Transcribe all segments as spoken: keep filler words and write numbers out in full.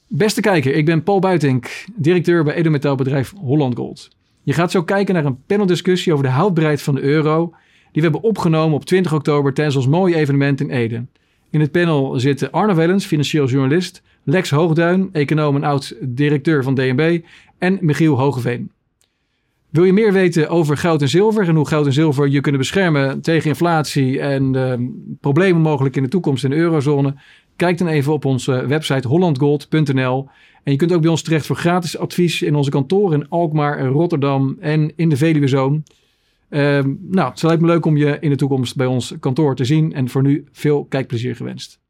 Beste kijker, ik ben Paul Buitink, directeur bij edelmetaalbedrijf Holland Gold. Je gaat zo kijken naar een paneldiscussie over de houdbaarheid van de euro, die we hebben opgenomen op twintig oktober tijdens ons mooie evenement in Ede. In het panel zitten Arno Wellens, financieel journalist, Lex Hoogduin, econoom en oud-directeur van D N B en Michiel Hogeveen. Wil je meer weten over goud en zilver en hoe goud en zilver je kunnen beschermen tegen inflatie en uh, problemen mogelijk in de toekomst in de eurozone? Kijk dan even op onze website holland gold punt n l. En je kunt ook bij ons terecht voor gratis advies in onze kantoren in Alkmaar, Rotterdam en in de Veluwezoom. Uh, nou, het lijkt me leuk om je in de toekomst bij ons kantoor te zien. En voor nu veel kijkplezier gewenst.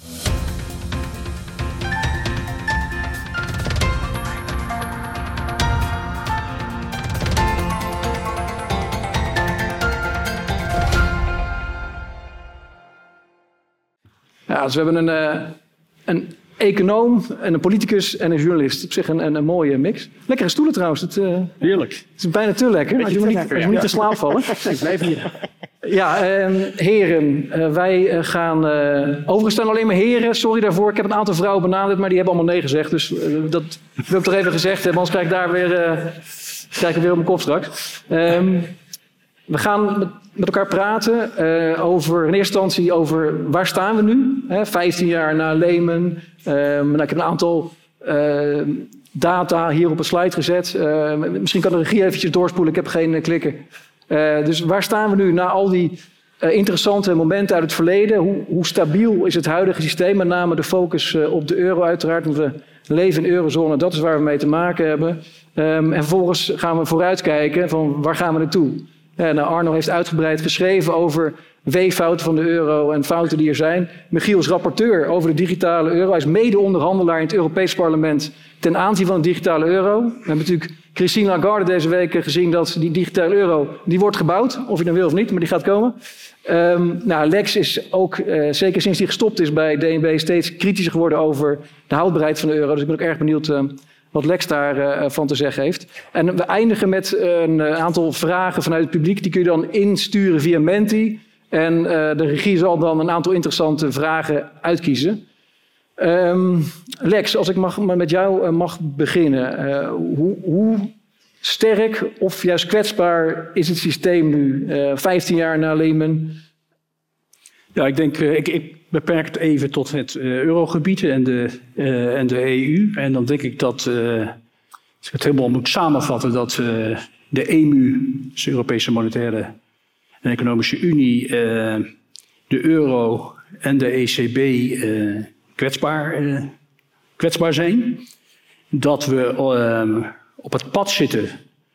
Ja, dus we hebben een, uh, een econoom, en een politicus en een journalist. Op zich een, een, een mooie mix. Lekkere stoelen trouwens. Het, uh, Heerlijk. Het is bijna te lekker. Als je, te niet, lekker, als je ja. niet te slaap vallen. Ik blijf hier. Ja, uh, heren. Uh, wij uh, gaan... Uh, overigens staan alleen maar heren. Sorry daarvoor. Ik heb een aantal vrouwen benaderd, maar die hebben allemaal nee gezegd. Dus uh, dat wil ik toch even gezegd hebben. Anders krijg ik daar weer... Uh, krijg ik weer op mijn kop straks. Um, we gaan met, met elkaar praten uh, over, in eerste instantie over waar staan we nu? Hè, vijftien jaar na Lehman. Um, nou, ik heb een aantal uh, data hier op een slide gezet. Uh, misschien kan de regie eventjes doorspoelen. Ik heb geen uh, klikker. Uh, dus waar staan we nu na al die uh, interessante momenten uit het verleden? Hoe, hoe stabiel is het huidige systeem? Met name de focus uh, op de euro uiteraard. Want we leven in de eurozone, dat is waar we mee te maken hebben. Um, en vervolgens gaan we vooruitkijken van waar gaan we naartoe? Ja, nou, Arno heeft uitgebreid geschreven over weeffouten van de euro en fouten die er zijn. Michiel is rapporteur over de digitale euro. Hij is mede-onderhandelaar in het Europees Parlement ten aanzien van de digitale euro. We hebben natuurlijk Christine Lagarde deze week gezien dat die digitale euro, die wordt gebouwd. Of je dan wil of niet, maar die gaat komen. Um, nou, Lex is ook, uh, zeker sinds hij gestopt is bij D N B, steeds kritischer geworden over de houdbaarheid van de euro. Dus ik ben ook erg benieuwd uh, wat Lex daarvan uh, van te zeggen heeft. En we eindigen met een aantal vragen vanuit het publiek. Die kun je dan insturen via Menti. En uh, de regie zal dan een aantal interessante vragen uitkiezen. Um, Lex, als ik mag, met jou uh, mag beginnen. Uh, hoe, hoe sterk of juist kwetsbaar is het systeem nu? Uh, vijftien jaar na Lehman. Ja, ik denk, uh, ik, ik beperk het even tot het uh, eurogebied en de, uh, en de E U. En dan denk ik dat, uh, als ik het helemaal moet samenvatten, dat uh, de E M U, dus de Europese Monetaire en Economische Unie, uh, de euro en de E C B uh, kwetsbaar, uh, kwetsbaar zijn. Dat we uh, op het pad zitten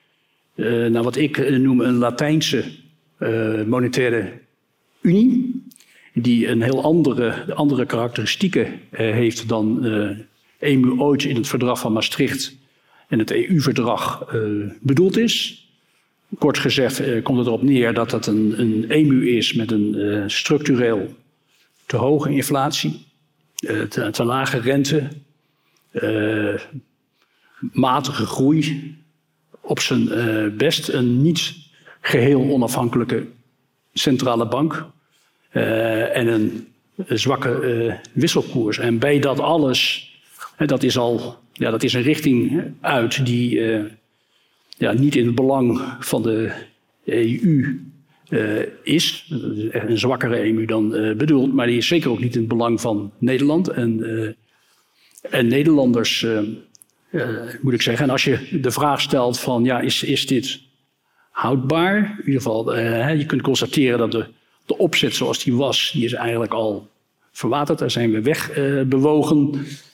uh, naar wat ik noem een Latijnse uh, monetaire unie. Die een heel andere, andere karakteristieken uh, heeft dan uh, E M U ooit in het verdrag van Maastricht en het E U-verdrag uh, bedoeld is. Kort gezegd uh, komt het erop neer dat het een, een E M U is met een uh, structureel te hoge inflatie, uh, te, te lage rente, uh, matige groei, op zijn uh, best een niet geheel onafhankelijke centrale bank. Uh, en een zwakke uh, wisselkoers. En bij dat alles, uh, dat is al, ja, dat is een richting uit die uh, ja, niet in het belang van de E U uh, is. Een zwakkere E M U dan uh, bedoeld, maar die is zeker ook niet in het belang van Nederland en, uh, en Nederlanders, uh, uh, moet ik zeggen. En als je de vraag stelt van, ja, is, is dit houdbaar? In ieder geval, uh, je kunt constateren dat de De opzet zoals die was, die is eigenlijk al verwaterd. Daar zijn we weg uh, bewogen.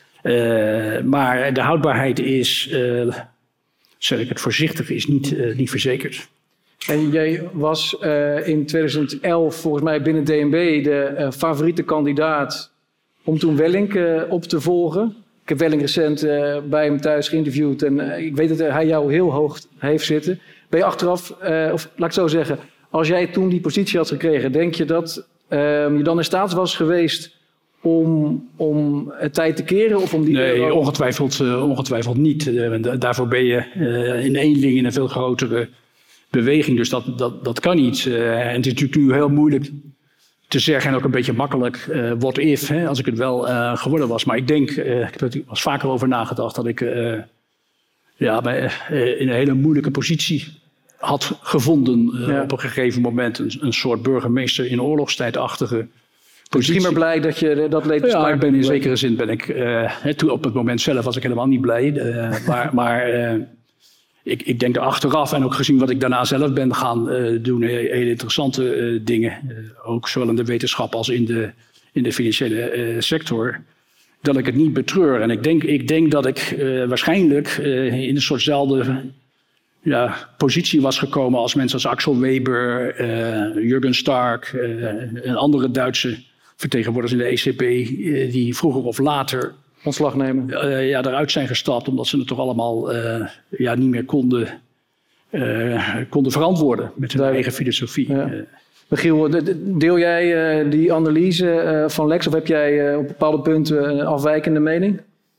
Uh, maar de houdbaarheid is, uh, zeg ik het voorzichtig, is niet, uh, niet verzekerd. En jij was uh, in tweeduizend elf volgens mij binnen D N B de uh, favoriete kandidaat om toen Wellink uh, op te volgen. Ik heb Wellink recent uh, bij hem thuis geïnterviewd en uh, ik weet dat hij jou heel hoog heeft zitten. Ben je achteraf, uh, of laat ik zo zeggen, als jij toen die positie had gekregen, denk je dat uh, je dan in staat was geweest om, om het tijd te keren? Of om die nee, euro... ongetwijfeld, uh, ongetwijfeld niet. Uh, daarvoor ben je uh, in eenling in een veel grotere beweging. Dus dat, dat, dat kan niet. Uh, en het is natuurlijk nu heel moeilijk te zeggen en ook een beetje makkelijk, uh, what if, hè, als ik het wel uh, geworden was. Maar ik denk, uh, ik heb er was vaker over nagedacht, dat ik uh, ja, bij, uh, in een hele moeilijke positie had gevonden. Uh, ja. Op een gegeven moment een, een soort burgemeester in oorlogstijdachtige positie. Misschien maar blij dat je dat leed bespaard. Ja, ik ben in zekere zin ben ik, uh, hè, toen op het moment zelf was ik helemaal niet blij. Uh, maar maar uh, ik, ik denk er achteraf en ook gezien wat ik daarna zelf ben gaan uh, doen, hele interessante uh, dingen. Uh, ook zowel in de wetenschap als in de, in de financiële uh, sector. Dat ik het niet betreur. En ik denk, ik denk dat ik uh, waarschijnlijk uh, in een soortzelfde ja, positie was gekomen als mensen als Axel Weber, uh, Jurgen Stark uh, en andere Duitse vertegenwoordigers in de E C B, uh, die vroeger of later ontslag nemen. Uh, ja, eruit zijn gestapt omdat ze het toch allemaal uh, ja, niet meer konden, uh, konden verantwoorden met hun eigen filosofie. Ja. Uh, Michiel, deel jij uh, die analyse uh, van Lex of heb jij uh, op bepaalde punten een afwijkende mening?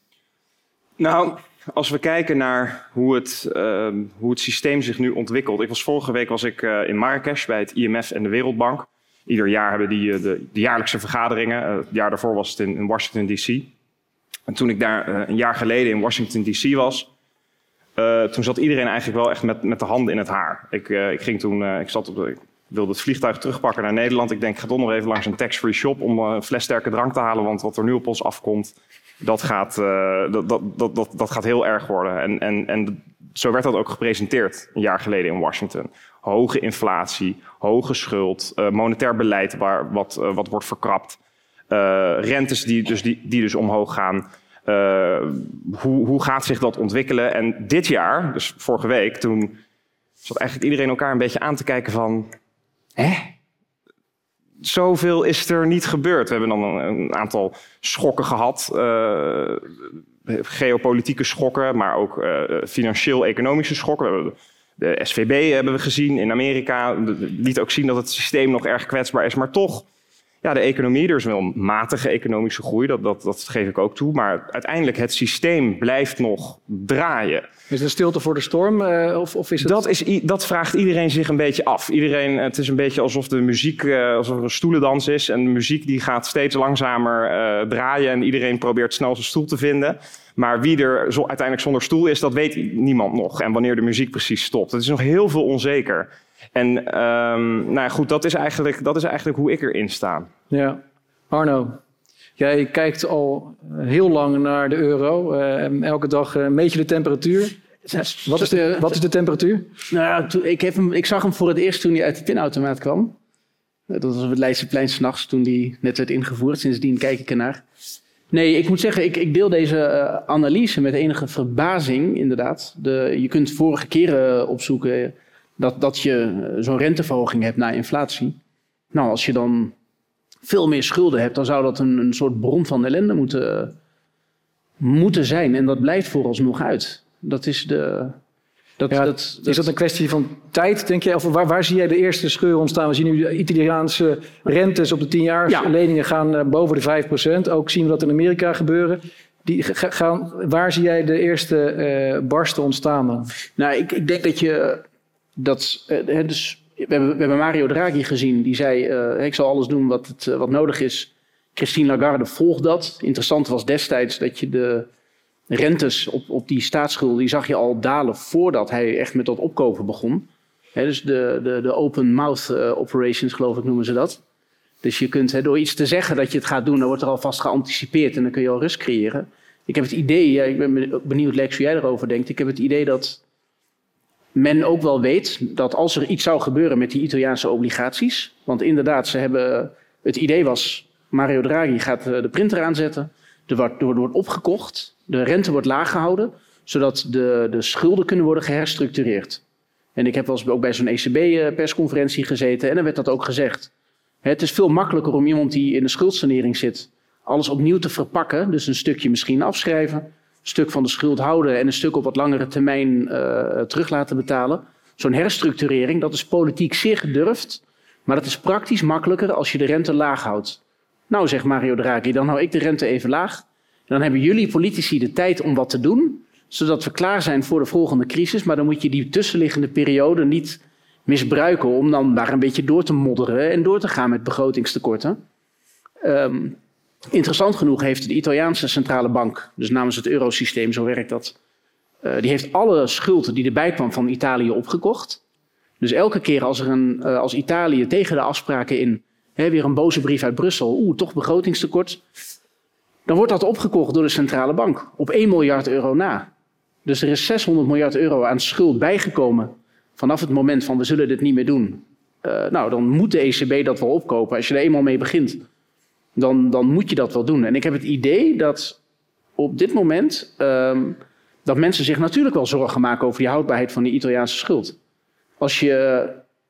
Nou, als we kijken naar hoe het, uh, hoe het systeem zich nu ontwikkelt. Ik was vorige week was ik uh, in Marrakesh bij het I M F en de Wereldbank. Ieder jaar hebben die uh, de, de jaarlijkse vergaderingen. Uh, het jaar daarvoor was het in, in Washington D C. En toen ik daar uh, een jaar geleden in Washington D C was, uh, toen zat iedereen eigenlijk wel echt met, met de handen in het haar. Ik, uh, ik ging toen, uh, ik zat op de, ik wilde het vliegtuig terugpakken naar Nederland. Ik denk, ik ga toch nog even langs een tax-free shop om uh, een fles sterke drank te halen, want wat er nu op ons afkomt, dat gaat, uh, dat, dat, dat, dat, dat gaat heel erg worden. En, en, en zo werd dat ook gepresenteerd een jaar geleden in Washington. Hoge inflatie, hoge schuld, uh, monetair beleid waar, wat, uh, wat wordt verkrapt. Uh, rentes die dus, die, die dus omhoog gaan. Uh, hoe, hoe gaat zich dat ontwikkelen? En dit jaar, dus vorige week, toen zat eigenlijk iedereen elkaar een beetje aan te kijken van, hè? Zoveel is er niet gebeurd. We hebben dan een, een aantal schokken gehad. Uh, geopolitieke schokken, maar ook uh, financieel-economische schokken. We hebben de S V B hebben we gezien in Amerika. Dat liet ook zien dat het systeem nog erg kwetsbaar is, maar toch. Ja, de economie, er is wel een matige economische groei, dat, dat, dat geef ik ook toe. Maar uiteindelijk, het systeem blijft nog draaien. Is het een stilte voor de storm? Uh, of, of is het... dat, is, dat vraagt iedereen zich een beetje af. Iedereen, het is een beetje alsof de muziek, uh, alsof er een stoelendans is. En de muziek die gaat steeds langzamer uh, draaien. En iedereen probeert snel zijn stoel te vinden. Maar wie er zo, uiteindelijk zonder stoel is, dat weet niemand nog. En wanneer de muziek precies stopt. Het is nog heel veel onzeker. En um, nou ja, goed, dat is, eigenlijk, dat is eigenlijk hoe ik erin sta. Ja, Arno, jij kijkt al heel lang naar de euro. Uh, elke dag uh, meet je de temperatuur. Wat is de, wat is de temperatuur? Nou ja, toen, ik, heb hem, ik zag hem voor het eerst toen hij uit de pinautomaat kwam. Dat was op het Leidseplein 's nachts toen die net werd ingevoerd. Sindsdien kijk ik ernaar. Nee, ik moet zeggen, ik, ik deel deze uh, analyse met enige verbazing, inderdaad. De, je kunt vorige keren opzoeken dat, dat je zo'n renteverhoging hebt na inflatie. Nou, als je dan veel meer schulden hebt, dan zou dat een, een soort bron van ellende moeten, moeten zijn. En dat blijft vooralsnog uit. Dat is de... Dat, ja, dat, dat, is dat een kwestie van tijd, denk jij? Of waar, waar zie jij de eerste scheur ontstaan? We zien nu de Italiaanse rentes op de tienjaarsleningen ja. gaan uh, boven de vijf procent. Ook zien we dat in Amerika gebeuren. Die gaan, waar zie jij de eerste uh, barsten ontstaan dan? Nou, ik, ik denk dat je... Dat, uh, dus, we, hebben, we hebben Mario Draghi gezien. Die zei, uh, ik zal alles doen wat, het, uh, wat nodig is. Christine Lagarde volgt dat. Interessant was destijds dat je de rentes op, op die staatsschuld, die zag je al dalen voordat hij echt met dat opkopen begon. He, dus de, de, de open mouth uh, operations, geloof ik, noemen ze dat. Dus je kunt, he, door iets te zeggen dat je het gaat doen, dan wordt er alvast geanticipeerd en dan kun je al rust creëren. Ik heb het idee, ja, ik ben benieuwd Lex hoe jij erover denkt, ik heb het idee dat men ook wel weet dat als er iets zou gebeuren met die Italiaanse obligaties, want inderdaad, ze hebben, het idee was, Mario Draghi gaat de printer aanzetten, er wordt, er wordt opgekocht, de rente wordt laag gehouden, zodat de, de schulden kunnen worden geherstructureerd. En ik heb wel eens ook bij zo'n E C B-persconferentie gezeten en dan werd dat ook gezegd. Het is veel makkelijker om iemand die in een schuldsanering zit, alles opnieuw te verpakken, dus een stukje misschien afschrijven, een stuk van de schuld houden en een stuk op wat langere termijn uh, terug laten betalen. Zo'n herstructurering, dat is politiek zeer gedurfd, maar dat is praktisch makkelijker als je de rente laag houdt. Nou, zegt Mario Draghi, dan hou ik de rente even laag. En dan hebben jullie politici de tijd om wat te doen, zodat we klaar zijn voor de volgende crisis. Maar dan moet je die tussenliggende periode niet misbruiken om dan maar een beetje door te modderen en door te gaan met begrotingstekorten. Um, interessant genoeg heeft de Italiaanse centrale bank, dus namens het eurosysteem, zo werkt dat, uh, die heeft alle schuld die erbij kwam van Italië opgekocht. Dus elke keer als, er een, uh, als Italië tegen de afspraken in, hè, weer een boze brief uit Brussel, oeh, toch begrotingstekort, dan wordt dat opgekocht door de centrale bank op één miljard euro na. Dus er is zeshonderd miljard euro aan schuld bijgekomen vanaf het moment van we zullen dit niet meer doen. Uh, nou, dan moet de E C B dat wel opkopen. Als je er eenmaal mee begint, dan, dan moet je dat wel doen. En ik heb het idee dat op dit moment um, dat mensen zich natuurlijk wel zorgen maken over die houdbaarheid van die Italiaanse schuld. Als je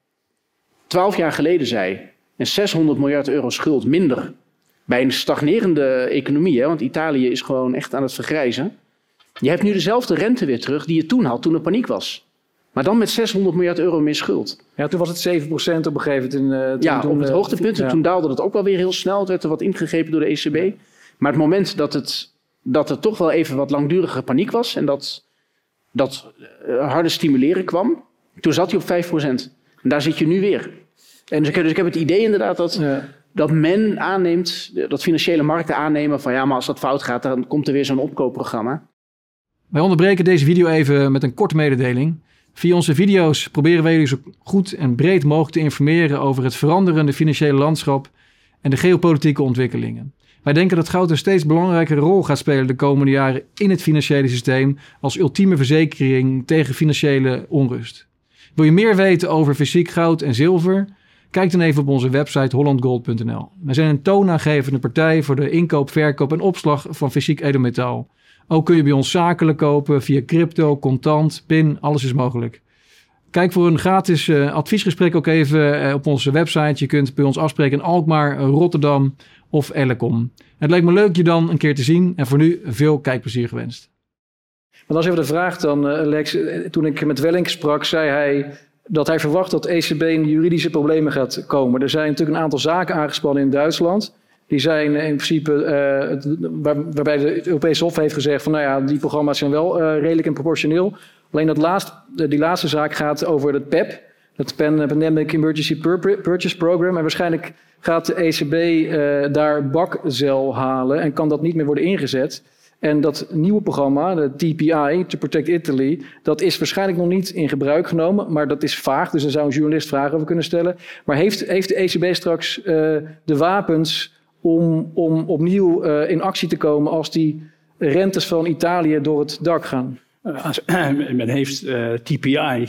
twaalf jaar geleden zei, en zeshonderd miljard euro schuld minder bij een stagnerende economie, hè, want Italië is gewoon echt aan het vergrijzen. Je hebt nu dezelfde rente weer terug die je toen had, toen er paniek was. Maar dan met zeshonderd miljard euro meer schuld. Ja, toen was het zeven procent op een gegeven moment. In, uh, ja, toen, op het uh, hoogtepunt. Ja. Toen daalde het ook wel weer heel snel. Het werd er wat ingegrepen door de E C B. Maar het moment dat, het, dat er toch wel even wat langdurige paniek was en dat, dat uh, harde stimuleren kwam, toen zat hij op vijf procent. En daar zit je nu weer. En dus ik, dus ik heb het idee inderdaad dat, ja. dat men aanneemt, dat financiële markten aannemen van ja, maar als dat fout gaat, dan komt er weer zo'n opkoopprogramma. Wij onderbreken deze video even met een korte mededeling. Via onze video's proberen wij jullie zo goed en breed mogelijk te informeren over het veranderende financiële landschap en de geopolitieke ontwikkelingen. Wij denken dat goud een steeds belangrijkere rol gaat spelen de komende jaren in het financiële systeem als ultieme verzekering tegen financiële onrust. Wil je meer weten over fysiek goud en zilver? Kijk dan even op onze website holland gold punt n l. Wij zijn een toonaangevende partij voor de inkoop, verkoop en opslag van fysiek edelmetaal. Ook kun je bij ons zakelijk kopen via crypto, contant, pin, alles is mogelijk. Kijk voor een gratis uh, adviesgesprek ook even uh, op onze website. Je kunt bij ons afspreken in Alkmaar, Rotterdam of Ellecom. Het lijkt me leuk je dan een keer te zien en voor nu veel kijkplezier gewenst. Maar dan is even de vraag dan, uh, Lex. Toen ik met Wellink sprak, zei hij dat hij verwacht dat E C B in juridische problemen gaat komen. Er zijn natuurlijk een aantal zaken aangespannen in Duitsland. Die zijn in principe, uh, waar, waarbij de Europese Hof heeft gezegd van nou ja, die programma's zijn wel uh, redelijk en proportioneel. Alleen dat laatste, die laatste zaak gaat over het P E P, het Pandemic Emergency Purchase Program. En waarschijnlijk gaat de E C B uh, daar bakzeil halen en kan dat niet meer worden ingezet. En dat nieuwe programma, de T P I, To Protect Italy, dat is waarschijnlijk nog niet in gebruik genomen, maar dat is vaag. Dus daar zou een journalist vragen over kunnen stellen. Maar heeft, heeft de E C B straks uh, de wapens om, om opnieuw uh, in actie te komen als die rentes van Italië door het dak gaan? Uh, als, uh, men heeft uh, T P I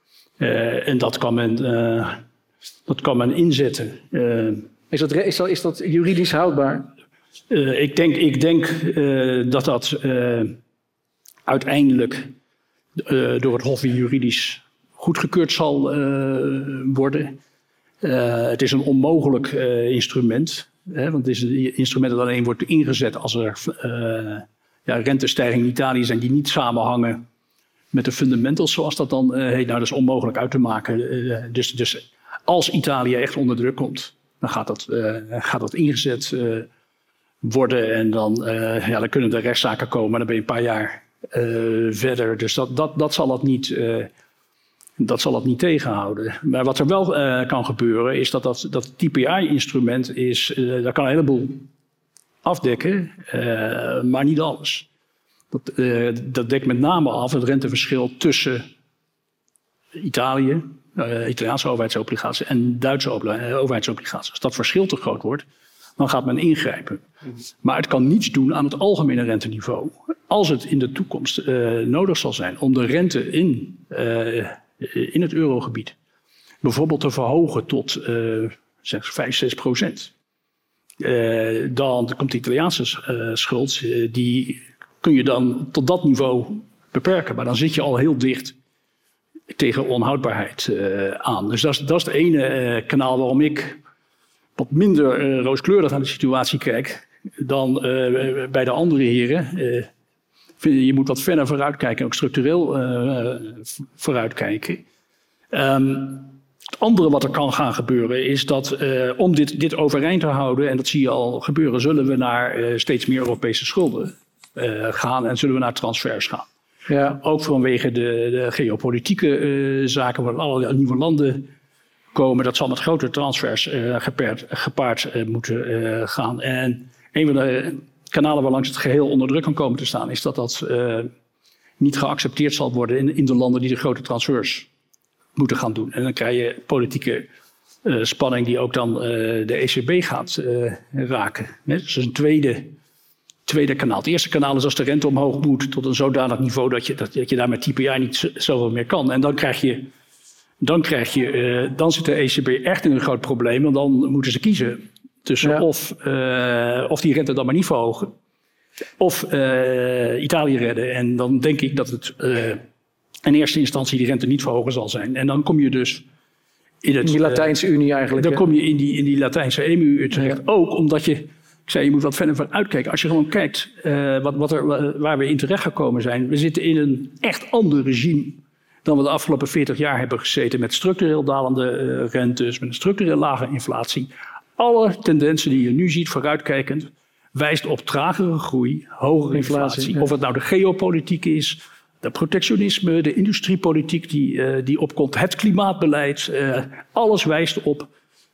uh, en dat kan men, uh, dat kan men inzetten. Uh, is, dat, is, dat, is dat juridisch houdbaar? Uh, ik denk, ik denk uh, dat dat uh, uiteindelijk uh, door het Hof weer juridisch goedgekeurd zal uh, worden. Uh, het is een onmogelijk uh, instrument. Hè, want het is een instrument dat alleen wordt ingezet als er uh, ja, rentestijgingen in Italië zijn die niet samenhangen met de fundamentals, zoals dat dan uh, heet. Nou, dat is onmogelijk uit te maken. Uh, dus, dus als Italië echt onder druk komt, dan gaat dat, uh, gaat dat ingezet uh, worden. En dan, uh, ja, dan kunnen er rechtszaken komen, maar dan ben je een paar jaar uh, verder. Dus dat, dat, dat zal het niet... Uh, Dat zal het niet tegenhouden. Maar wat er wel uh, kan gebeuren is dat dat, dat T P I-instrument is... Uh, dat kan een heleboel afdekken, uh, maar niet alles. Dat, uh, dat dekt met name af het renteverschil tussen Italië, uh, Italiaanse overheidsobligaties en Duitse overheidsobligaties. Als dat verschil te groot wordt, dan gaat men ingrijpen. Maar het kan niets doen aan het algemene renteniveau. Als het in de toekomst uh, nodig zal zijn om de rente in... Uh, in het eurogebied bijvoorbeeld te verhogen tot uh, zeg vijf, zes procent. Uh, dan komt de Italiaanse uh, schuld, uh, die kun je dan tot dat niveau beperken. Maar dan zit je al heel dicht tegen onhoudbaarheid uh, aan. Dus dat is, dat is het ene uh, kanaal waarom ik wat minder uh, rooskleurig naar de situatie kijk dan uh, bij de andere heren. Uh, Je moet wat verder vooruitkijken, ook structureel uh, vooruitkijken. Um, het andere wat er kan gaan gebeuren is dat uh, om dit, dit overeind te houden... en dat zie je al gebeuren, zullen we naar uh, steeds meer Europese schulden uh, gaan... en zullen we naar transfers gaan. Ja. Ook vanwege de, de geopolitieke uh, zaken waar allerlei nieuwe landen komen. Dat zal met grote transfers uh, gepaard, gepaard uh, moeten uh, gaan. En een van de kanalen waarlangs het geheel onder druk kan komen te staan, is dat dat uh, niet geaccepteerd zal worden in, in de landen die de grote transfers moeten gaan doen. En dan krijg je politieke uh, spanning die ook dan uh, de E C B gaat uh, raken. Hè? Dus een tweede, tweede kanaal. Het eerste kanaal is als de rente omhoog moet tot een zodanig niveau dat je, dat, dat je daar met T P I niet zoveel meer kan. En dan krijg je, dan, krijg je uh, dan zit de E C B echt in een groot probleem, want dan moeten ze kiezen tussen ja. of, uh, of die rente dan maar niet verhogen, of uh, Italië redden. En dan denk ik dat het uh, in eerste instantie die rente niet verhogen zal zijn. En dan kom je dus in het, die Latijnse uh, Unie eigenlijk. Dan hè? kom je in die, in die Latijnse E M U terecht. Ja. Ook omdat je, ik zei, je moet wat verder van uitkijken. Als je gewoon kijkt uh, wat, wat er, waar we in terecht gekomen zijn. We zitten in een echt ander regime dan we de afgelopen veertig jaar hebben gezeten. Met structureel dalende uh, rentes, met een structureel lage inflatie. Alle tendensen die je nu ziet vooruitkijkend wijst op tragere groei, hogere inflatie. inflatie. Ja. Of het nou de geopolitiek is, de protectionisme, de industriepolitiek die, uh, die opkomt, het klimaatbeleid. Uh, alles wijst op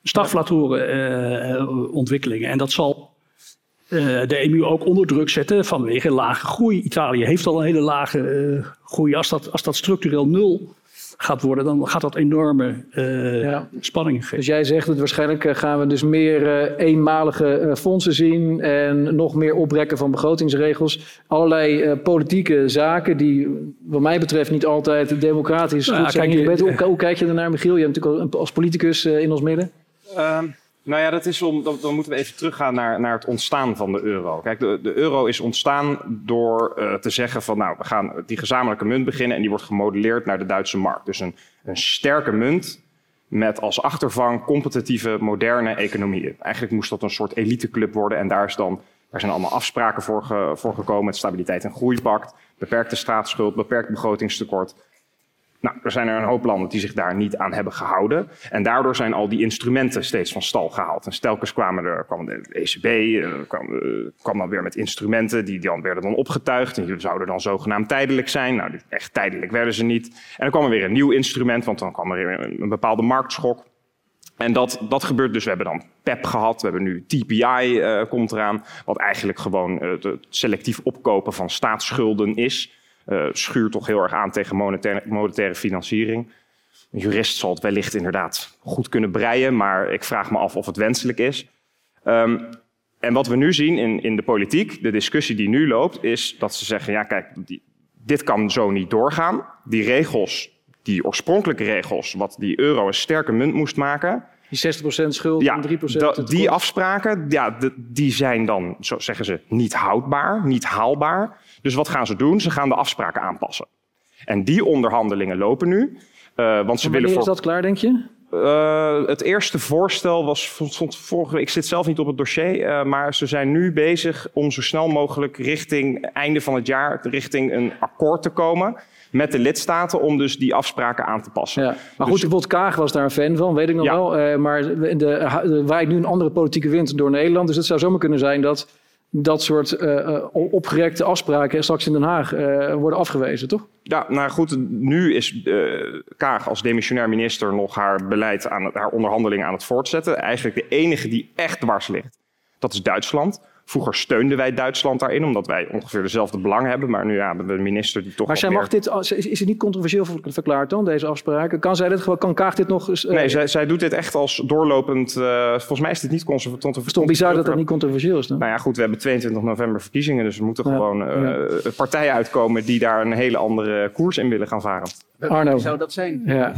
stagflatoren uh, ontwikkelingen. En dat zal uh, de E M U ook onder druk zetten vanwege lage groei. Italië heeft al een hele lage uh, groei. Als dat, als dat structureel nul gaat worden, dan gaat dat enorme uh, ja. spanningen geven. Dus jij zegt dat waarschijnlijk uh, gaan we dus meer uh, eenmalige uh, fondsen zien en nog meer oprekken van begrotingsregels. Allerlei uh, politieke zaken die wat mij betreft niet altijd democratisch nou, goed zijn. Kijk, hoe, hoe kijk je ernaar, Michiel? Je hebt natuurlijk als politicus uh, in ons midden. Um, nou ja, dat is om, dan, dan moeten we even teruggaan naar, naar het ontstaan van de euro. Kijk, de, de euro is ontstaan door uh, te zeggen van nou, we gaan die gezamenlijke munt beginnen en die wordt gemodelleerd naar de Duitse markt. Dus een, een sterke munt met als achtervang competitieve, moderne economieën. Eigenlijk moest dat een soort eliteclub worden en daar, is dan, daar zijn allemaal afspraken voor, ge, voor gekomen. Het stabiliteit- en groeipact, beperkte staatsschuld, beperkt begrotingstekort. Nou, er zijn er een hoop landen die zich daar niet aan hebben gehouden. En daardoor zijn al die instrumenten steeds van stal gehaald. En telkens kwamen er, kwam de E C B, uh, kwam, uh, kwam dan weer met instrumenten. Die, die werden dan opgetuigd. En die zouden dan zogenaamd tijdelijk zijn. Nou, echt tijdelijk werden ze niet. En dan kwam er weer een nieuw instrument, want dan kwam er een, een bepaalde marktschok. En dat, dat gebeurt dus. We hebben dan P E P gehad. We hebben nu T P I uh, komt eraan. Wat eigenlijk gewoon uh, het selectief opkopen van staatsschulden is. Uh, schuurt toch heel erg aan tegen monetaire, monetaire financiering. Een jurist zal het wellicht inderdaad goed kunnen breien, maar ik vraag me af of het wenselijk is. Um, en wat we nu zien in, in de politiek, de discussie die nu loopt, is dat ze zeggen, ja kijk, die, dit kan zo niet doorgaan. Die regels, die oorspronkelijke regels, wat die euro een sterke munt moest maken. Die zestig procent schuld ja, en drie procent... Da, die afspraken, ja, de, die zijn dan, zo zeggen ze, niet houdbaar, niet haalbaar. Dus wat gaan ze doen? Ze gaan de afspraken aanpassen. En die onderhandelingen lopen nu. Uh, want ze willen voor... is dat klaar, denk je? Uh, het eerste voorstel was, stond vorige week, ik zit zelf niet op het dossier, uh, maar ze zijn nu bezig om zo snel mogelijk richting einde van het jaar, richting een akkoord te komen met de lidstaten om dus die afspraken aan te passen. Ja. Maar dus, goed, bijvoorbeeld Kaag was daar een fan van, weet ik nog ja. wel. Uh, maar de, de, waait nu een andere politieke wind door Nederland, dus het zou zomaar kunnen zijn dat dat soort uh, opgerekte afspraken straks in Den Haag uh, worden afgewezen, toch? Ja, nou goed, nu is uh, Kaag als demissionair minister nog haar beleid, aan het, haar onderhandelingen aan het voortzetten. Eigenlijk de enige die echt dwars ligt, dat is Duitsland. Vroeger steunden wij Duitsland daarin, omdat wij ongeveer dezelfde belangen hebben. Maar nu ja, hebben we een minister die toch. Maar zij meer... mag dit, is, is het niet controversieel verklaard dan, deze afspraken? Kan zij dit gewoon, kan Kaag dit nog eens... Uh... Nee, zij, zij doet dit echt als doorlopend. Uh, volgens mij is dit niet controversieel. Het is toch bizar dat dat niet controversieel is dan? Nou ja, goed, we hebben tweeëntwintig november verkiezingen. Dus er moeten ja, gewoon uh, ja. partijen uitkomen die daar een hele andere koers in willen gaan varen. Arno. Wie zou dat zijn? Ja.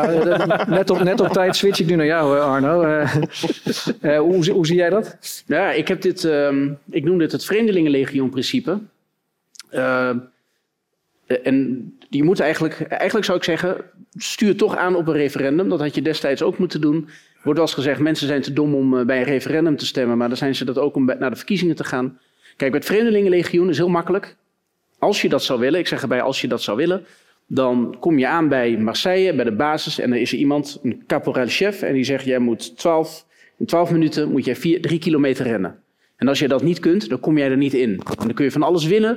uh, net, op, net op tijd switch ik nu naar jou, Arno. Uh, uh, hoe, hoe zie jij dat? Ja, ik heb dit, um, ik noem dit het Vreemdelingenlegioen-principe. Uh, en je moet eigenlijk, eigenlijk zou ik zeggen, stuur toch aan op een referendum. Dat had je destijds ook moeten doen. Er wordt wel eens gezegd, mensen zijn te dom om uh, bij een referendum te stemmen. Maar dan zijn ze dat ook om bij, naar de verkiezingen te gaan. Kijk, het Vreemdelingenlegioen is heel makkelijk. Als je dat zou willen, ik zeg erbij als je dat zou willen, dan kom je aan bij Marseille, bij de basis. En dan is er iemand, een caporal-chef, en die zegt, jij moet twaalf, in twaalf minuten moet jij vier, drie kilometer rennen. En als je dat niet kunt, dan kom jij er niet in. En dan kun je van alles winnen.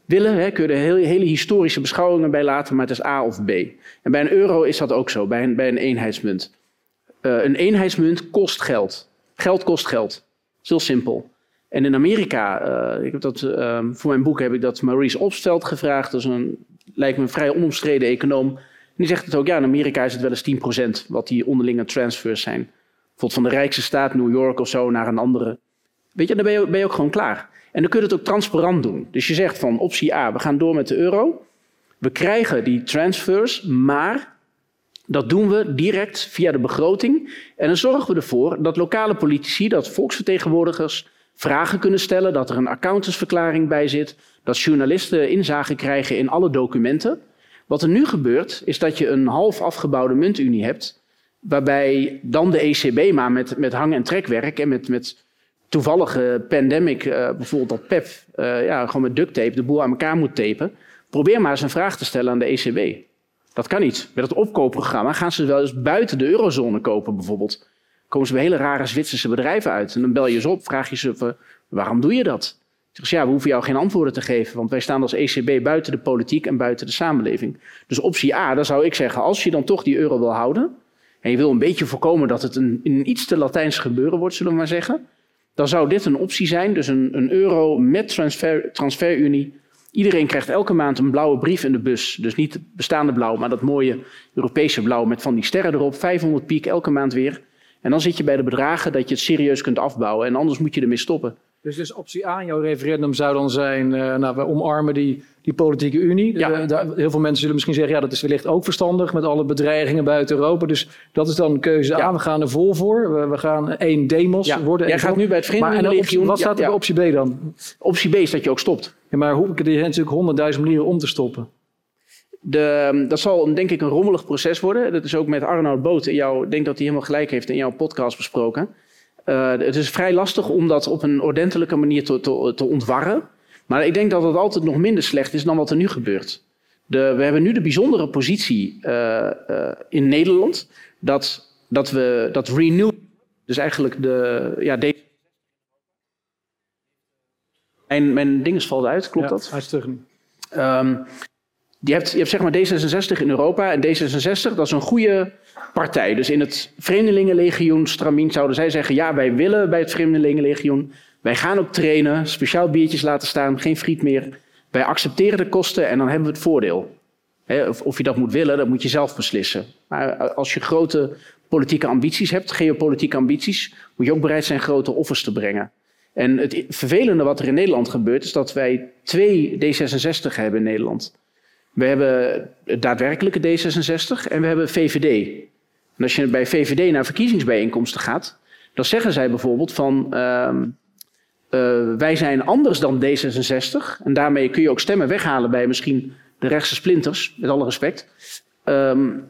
willen, hè, kun je er hele, hele historische beschouwingen bij laten, maar het is A of B. En bij een euro is dat ook zo, bij een, bij een eenheidsmunt. Uh, een eenheidsmunt kost geld. Geld kost geld. Dat is heel simpel. En in Amerika, uh, ik heb dat, uh, voor mijn boek heb ik dat Maurice Obstveld gevraagd. Dat is een, lijkt me een vrij onomstreden econoom. En die zegt het ook, ja, in Amerika is het wel eens tien procent wat die onderlinge transfers zijn. Bijvoorbeeld van de rijkste staat, New York of zo, naar een andere. Weet je, dan ben je, ben je ook gewoon klaar. En dan kun je het ook transparant doen. Dus je zegt van optie A, we gaan door met de euro. We krijgen die transfers, maar dat doen we direct via de begroting. En dan zorgen we ervoor dat lokale politici, dat volksvertegenwoordigers vragen kunnen stellen, dat er een accountantsverklaring bij zit, dat journalisten inzage krijgen in alle documenten. Wat er nu gebeurt, is dat je een half afgebouwde muntunie hebt, waarbij dan de E C B maar met, met hang- en trekwerk en met, met toevallige pandemic, uh, bijvoorbeeld dat P E P, uh, ja, gewoon met duct tape de boel aan elkaar moet tapen. Probeer maar eens een vraag te stellen aan de E C B. Dat kan niet. Met het opkoopprogramma gaan ze wel eens buiten de eurozone kopen bijvoorbeeld. Komen ze bij hele rare Zwitserse bedrijven uit. En dan bel je ze op, vraag je ze, waarom doe je dat? Zeggen ze, ja, we hoeven jou geen antwoorden te geven, want wij staan als E C B buiten de politiek en buiten de samenleving. Dus optie A, dan zou ik zeggen, als je dan toch die euro wil houden, en je wil een beetje voorkomen dat het een, een iets te Latijns gebeuren wordt, zullen we maar zeggen, dan zou dit een optie zijn. Dus een, een euro met transfer, transferunie. Iedereen krijgt elke maand een blauwe brief in de bus. Dus niet het bestaande blauw, maar dat mooie Europese blauw met van die sterren erop. vijfhonderd piek elke maand weer. En dan zit je bij de bedragen dat je het serieus kunt afbouwen. En anders moet je ermee stoppen. Dus, dus optie A in jouw referendum zou dan zijn, uh, nou, we omarmen die, die politieke unie. Ja. Uh, daar, heel veel mensen zullen misschien zeggen, ja, dat is wellicht ook verstandig met alle bedreigingen buiten Europa. Dus dat is dan keuze A. Ja. We gaan er vol voor. We, we gaan één demos ja. worden. Jij gaat nu bij het Vreemdelingenlegioen. Wat staat er ja, bij optie B dan? Optie B is dat je ook stopt. Ja, maar hoe, er zijn natuurlijk honderdduizend manieren om te stoppen. De, dat zal denk ik een rommelig proces worden. Dat is ook met Arnoud Boot. Ik denk dat hij helemaal gelijk heeft in jouw podcast besproken. Uh, het is vrij lastig om dat op een ordentelijke manier te, te, te ontwarren. Maar ik denk dat het altijd nog minder slecht is dan wat er nu gebeurt. De, we hebben nu de bijzondere positie uh, uh, in Nederland dat, dat we dat renew, dus eigenlijk de ja, de, mijn, mijn ding valt uit, klopt ja, dat? Hij is terug. Um, je hebt, je hebt zeg maar D zesenzestig in Europa en D zesenzestig dat is een goede partij. Dus in het Vreemdelingenlegioen Stramien zouden zij zeggen, ja, wij willen bij het Vreemdelingenlegioen, wij gaan ook trainen, speciaal biertjes laten staan, geen friet meer. Wij accepteren de kosten en dan hebben we het voordeel. He, of, of je dat moet willen, dat moet je zelf beslissen. Maar als je grote politieke ambities hebt, geopolitieke ambities, moet je ook bereid zijn grote offers te brengen. En het vervelende wat er in Nederland gebeurt, is dat wij twee D zesenzestig hebben in Nederland. We hebben het daadwerkelijke D zesenzestig en we hebben V V D. En als je bij V V D naar verkiezingsbijeenkomsten gaat, dan zeggen zij bijvoorbeeld van, uh, uh, wij zijn anders dan D zesenzestig. En daarmee kun je ook stemmen weghalen bij misschien de rechtse splinters, met alle respect. Um,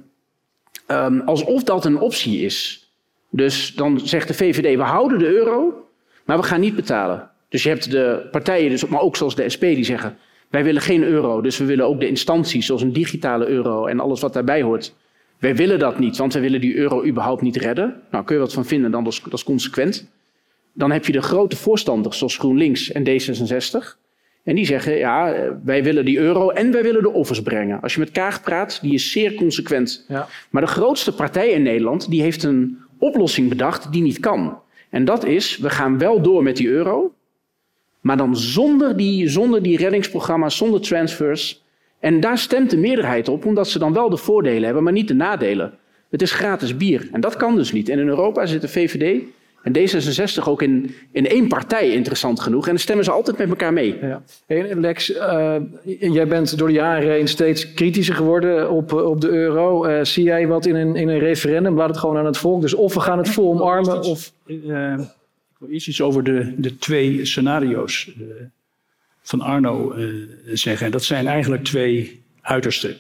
um, alsof dat een optie is. Dus dan zegt de V V D, we houden de euro, maar we gaan niet betalen. Dus je hebt de partijen, dus, maar ook zoals de S P, die zeggen, wij willen geen euro, dus we willen ook de instanties zoals een digitale euro en alles wat daarbij hoort. Wij willen dat niet, want wij willen die euro überhaupt niet redden. Nou, kun je wat van vinden, dan dat is, dat is consequent. Dan heb je de grote voorstanders zoals GroenLinks en D zesenzestig. En die zeggen, ja, wij willen die euro en wij willen de offers brengen. Als je met Kaag praat, die is zeer consequent. Ja. Maar de grootste partij in Nederland, die heeft een oplossing bedacht die niet kan. En dat is, we gaan wel door met die euro, maar dan zonder die, zonder die reddingsprogramma's, zonder transfers. En daar stemt de meerderheid op, omdat ze dan wel de voordelen hebben, maar niet de nadelen. Het is gratis bier. En dat kan dus niet. En in Europa zitten V V D en D zesenzestig ook in, in één partij, interessant genoeg. En dan stemmen ze altijd met elkaar mee. Ja. En Lex, uh, jij bent door de jaren heen steeds kritischer geworden op, op de euro. Uh, zie jij wat in een, in een referendum? Laat het gewoon aan het volk. Dus of we gaan het vol omarmen, of... Uh, ik wil iets, iets over de, de twee scenario's uh, van Arno uh, zeggen. Dat zijn eigenlijk twee uitersten.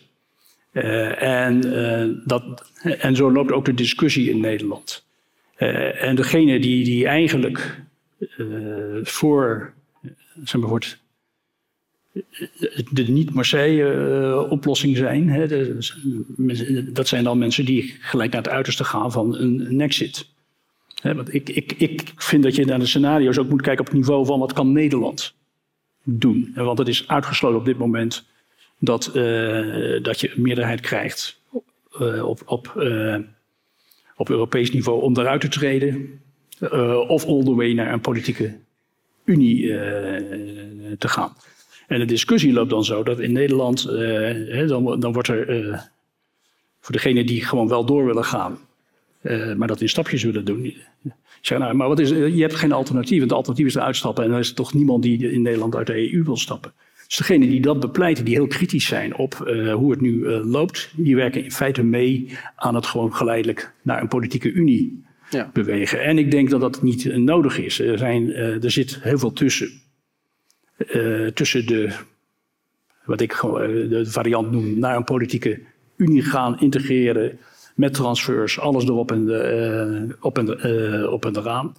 Uh, en, uh, dat, en zo loopt ook de discussie in Nederland. Uh, en degene die, die eigenlijk uh, voor, zeg maar, wordt de niet-Marseille-oplossing zijn, hè, de, dat zijn dan mensen die gelijk naar het uiterste gaan van een, een exit. Hè, want ik, ik, ik vind dat je naar de scenario's ook moet kijken op het niveau van wat kan Nederland. doen. Want het is uitgesloten op dit moment dat, uh, dat je een meerderheid krijgt uh, op, op, uh, op Europees niveau om daaruit te treden. Uh, of all the way naar een politieke unie uh, te gaan. En de discussie loopt dan zo dat in Nederland, uh, hè, dan, dan wordt er uh, voor degenen die gewoon wel door willen gaan, uh, maar dat in stapjes willen doen. Ik zeg, nou, maar wat is, je hebt geen alternatief. Het alternatief is eruit stappen. En er is toch niemand die in Nederland uit de E U wil stappen. Dus degenen die dat bepleiten, die heel kritisch zijn op uh, hoe het nu uh, loopt, die werken in feite mee aan het gewoon geleidelijk naar een politieke unie ja. bewegen. En ik denk dat dat niet uh, nodig is. Er, zijn, uh, er zit heel veel tussen. Uh, tussen de, wat ik gewoon uh, de variant noem, naar een politieke unie gaan, integreren met transfers, alles erop en, de, uh, op, en de, uh, op en eraan.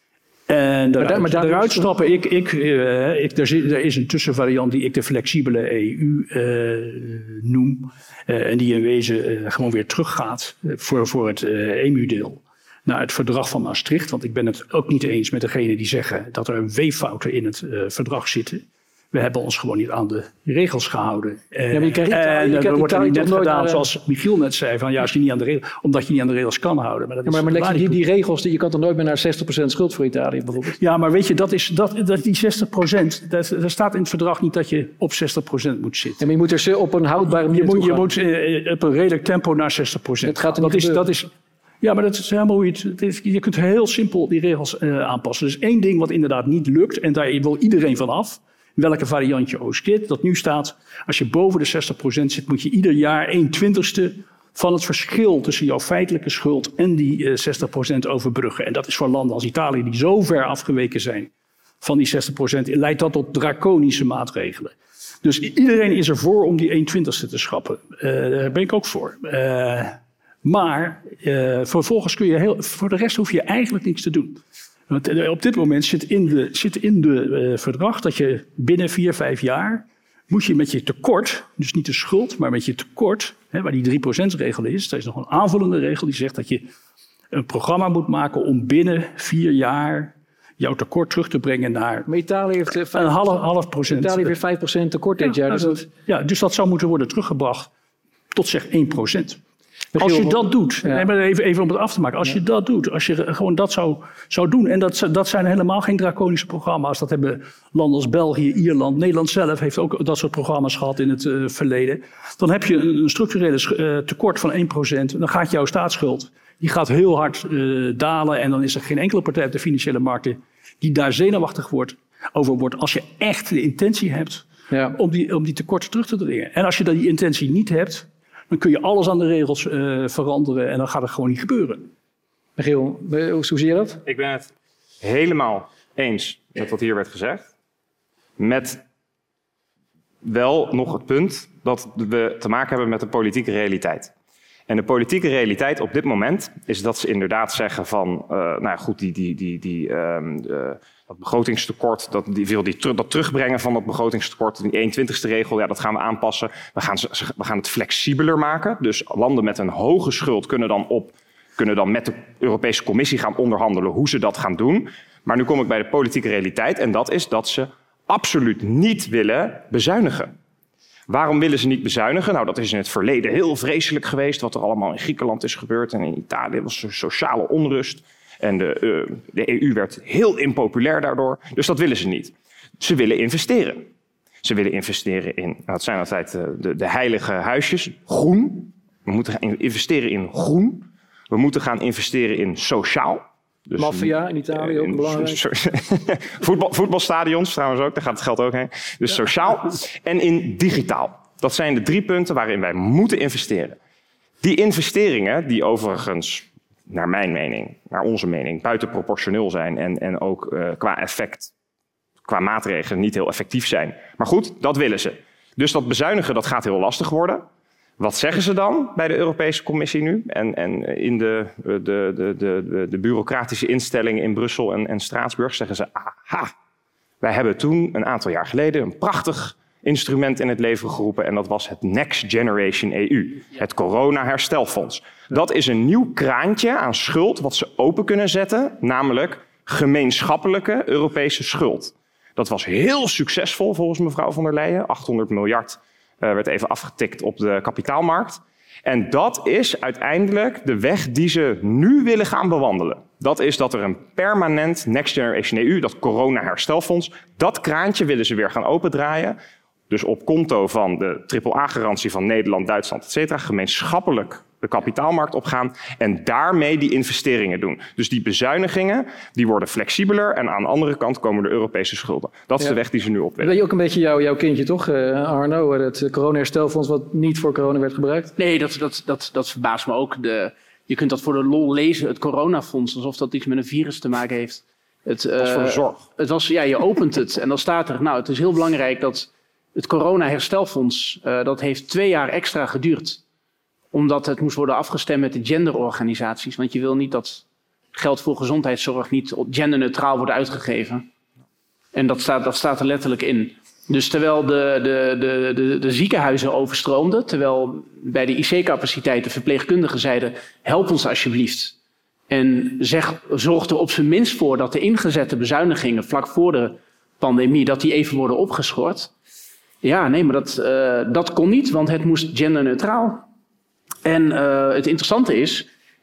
En eruit, maar daar, maar eruit stappen, ik, ik, uh, ik, er, zit, er is een tussenvariant die ik de flexibele E U uh, noem. Uh, en die in wezen uh, gewoon weer teruggaat voor, voor het uh, E M U-deel. Naar het verdrag van Maastricht. Want ik ben het ook niet eens met degenen die zeggen dat er weeffouten in het uh, verdrag zitten. We hebben ons gewoon niet aan de regels gehouden. Uh, ja, maar je krijgt, en uh, er wordt er net gedaan, naar, zoals Michiel net zei, van ja, als je niet aan de regels, omdat je niet aan de regels kan houden. Maar, dat ja, maar, maar Lex, die, die regels, die, je kan toch nooit meer naar zestig procent schuld voor Italië bijvoorbeeld? Ja, maar weet je, dat is, dat, dat die zestig procent, dat, er staat in het verdrag niet dat je op zestig procent moet zitten. Ja, maar je moet er op een houdbare manier Je moet, je moet uh, op een redelijk tempo naar zestig procent. Dat gaat er niet dat is, dat is, Ja, maar dat is helemaal hoe je het, het is, je kunt heel simpel die regels uh, aanpassen. Dus één ding wat inderdaad niet lukt, en daar wil iedereen van af, welke variant je ook zit, dat nu staat, als je boven de zestig procent zit, moet je ieder jaar een twintigste van het verschil tussen jouw feitelijke schuld en die uh, zestig procent overbruggen. En dat is voor landen als Italië, die zo ver afgeweken zijn van die zestig procent, leidt dat tot draconische maatregelen. Dus iedereen is ervoor om die een twintigste te schrappen. Uh, daar ben ik ook voor. Uh, Maar uh, vervolgens kun je heel, voor de rest hoef je eigenlijk niks te doen. Want uh, op dit moment zit in de, zit in de uh, verdrag dat je binnen vier, vijf jaar moet je met je tekort, dus niet de schuld, maar met je tekort, hè, waar die drie procent regel is, er is nog een aanvullende regel die zegt dat je een programma moet maken om binnen vier jaar jouw tekort terug te brengen naar maar Italië heeft uh, een half, half procent. Italië heeft weer vijf procent tekort dit ja, jaar. Dus dat, ja, dus dat zou moeten worden teruggebracht tot zeg één procent. Als je dat doet, ja. nee, even, even om het af te maken. Als ja. je dat doet, als je gewoon dat zou, zou doen. En dat, dat zijn helemaal geen draconische programma's. Dat hebben landen als België, Ierland, Nederland zelf heeft ook dat soort programma's gehad in het uh, verleden. Dan heb je een structurele uh, tekort van één procent. Dan gaat jouw staatsschuld, die gaat heel hard uh, dalen. En dan is er geen enkele partij op de financiële markten die daar zenuwachtig wordt, over wordt. Als je echt de intentie hebt ja. om, die, om die tekorten terug te dringen. En als je die intentie niet hebt, dan kun je alles aan de regels uh, veranderen en dan gaat het gewoon niet gebeuren. Michiel, hoe zie je dat? Ik ben het helemaal eens met wat hier werd gezegd. Met wel nog het punt dat we te maken hebben met de politieke realiteit. En de politieke realiteit op dit moment is dat ze inderdaad zeggen van, uh, nou ja, goed, die, die, die, die, um, uh, dat begrotingstekort, dat, die wil die ter, dat terugbrengen van dat begrotingstekort, die een twintigste regel, ja, dat gaan we aanpassen. We gaan, we gaan het flexibeler maken. Dus landen met een hoge schuld kunnen dan, op, kunnen dan met de Europese Commissie gaan onderhandelen hoe ze dat gaan doen. Maar nu kom ik bij de politieke realiteit en dat is dat ze absoluut niet willen bezuinigen. Waarom willen ze niet bezuinigen? Nou, dat is in het verleden heel vreselijk geweest, wat er allemaal in Griekenland is gebeurd. En in Italië was er sociale onrust. En de, uh, de E U werd heel impopulair daardoor. Dus dat willen ze niet. Ze willen investeren. Ze willen investeren in, nou, dat zijn altijd uh, de, de heilige huisjes, groen. We moeten gaan investeren in groen. We moeten gaan investeren in sociaal. Dus Maffia in Italië uh, ook belangrijk. Voetbal, voetbalstadions trouwens ook, daar gaat het geld ook heen. Dus ja. Sociaal en in digitaal. Dat zijn de drie punten waarin wij moeten investeren. Die investeringen, die overigens, naar mijn mening, naar onze mening, buitenproportioneel zijn en, en ook uh, qua effect, qua maatregelen niet heel effectief zijn. Maar goed, dat willen ze. Dus dat bezuinigen, dat gaat heel lastig worden. Wat zeggen ze dan bij de Europese Commissie nu? En, en in de, de, de, de, de bureaucratische instellingen in Brussel en, en Straatsburg zeggen ze, aha, wij hebben toen een aantal jaar geleden een prachtig instrument in het leven geroepen en dat was het Next Generation E U, het corona-herstelfonds. Dat is een nieuw kraantje aan schuld wat ze open kunnen zetten, namelijk gemeenschappelijke Europese schuld. Dat was heel succesvol volgens mevrouw von der Leyen. achthonderd miljard uh, werd even afgetikt op de kapitaalmarkt. En dat is uiteindelijk de weg die ze nu willen gaan bewandelen. Dat is dat er een permanent Next Generation E U, dat corona-herstelfonds, dat kraantje willen ze weer gaan opendraaien. Dus op konto van de triple A-garantie van Nederland, Duitsland, et cetera, gemeenschappelijk de kapitaalmarkt opgaan en daarmee die investeringen doen. Dus die bezuinigingen die worden flexibeler en aan de andere kant komen de Europese schulden. Dat is ja. de weg die ze nu op willen. Ben je ook een beetje jou, jouw kindje, toch, uh, Arno? Het corona-herstelfonds wat niet voor corona werd gebruikt? Nee, dat, dat, dat, dat verbaast me ook. De, je kunt dat voor de lol lezen, het coronafonds, alsof dat iets met een virus te maken heeft. Het, uh, dat was voor de zorg. Het was, ja, je opent het en dan staat er, nou, het is heel belangrijk dat het corona-herstelfonds, uh, dat heeft twee jaar extra geduurd. Omdat het moest worden afgestemd met de genderorganisaties. Want je wil niet dat geld voor gezondheidszorg niet genderneutraal wordt uitgegeven. En dat staat, dat staat er letterlijk in. Dus terwijl de, de, de, de, de ziekenhuizen overstroomden, terwijl bij de I C-capaciteit de verpleegkundigen zeiden, help ons alsjeblieft. En zeg, zorg er op zijn minst voor dat de ingezette bezuinigingen vlak voor de pandemie, dat die even worden opgeschort. Ja, nee, maar dat, uh, dat kon niet, want het moest genderneutraal. En uh, het interessante is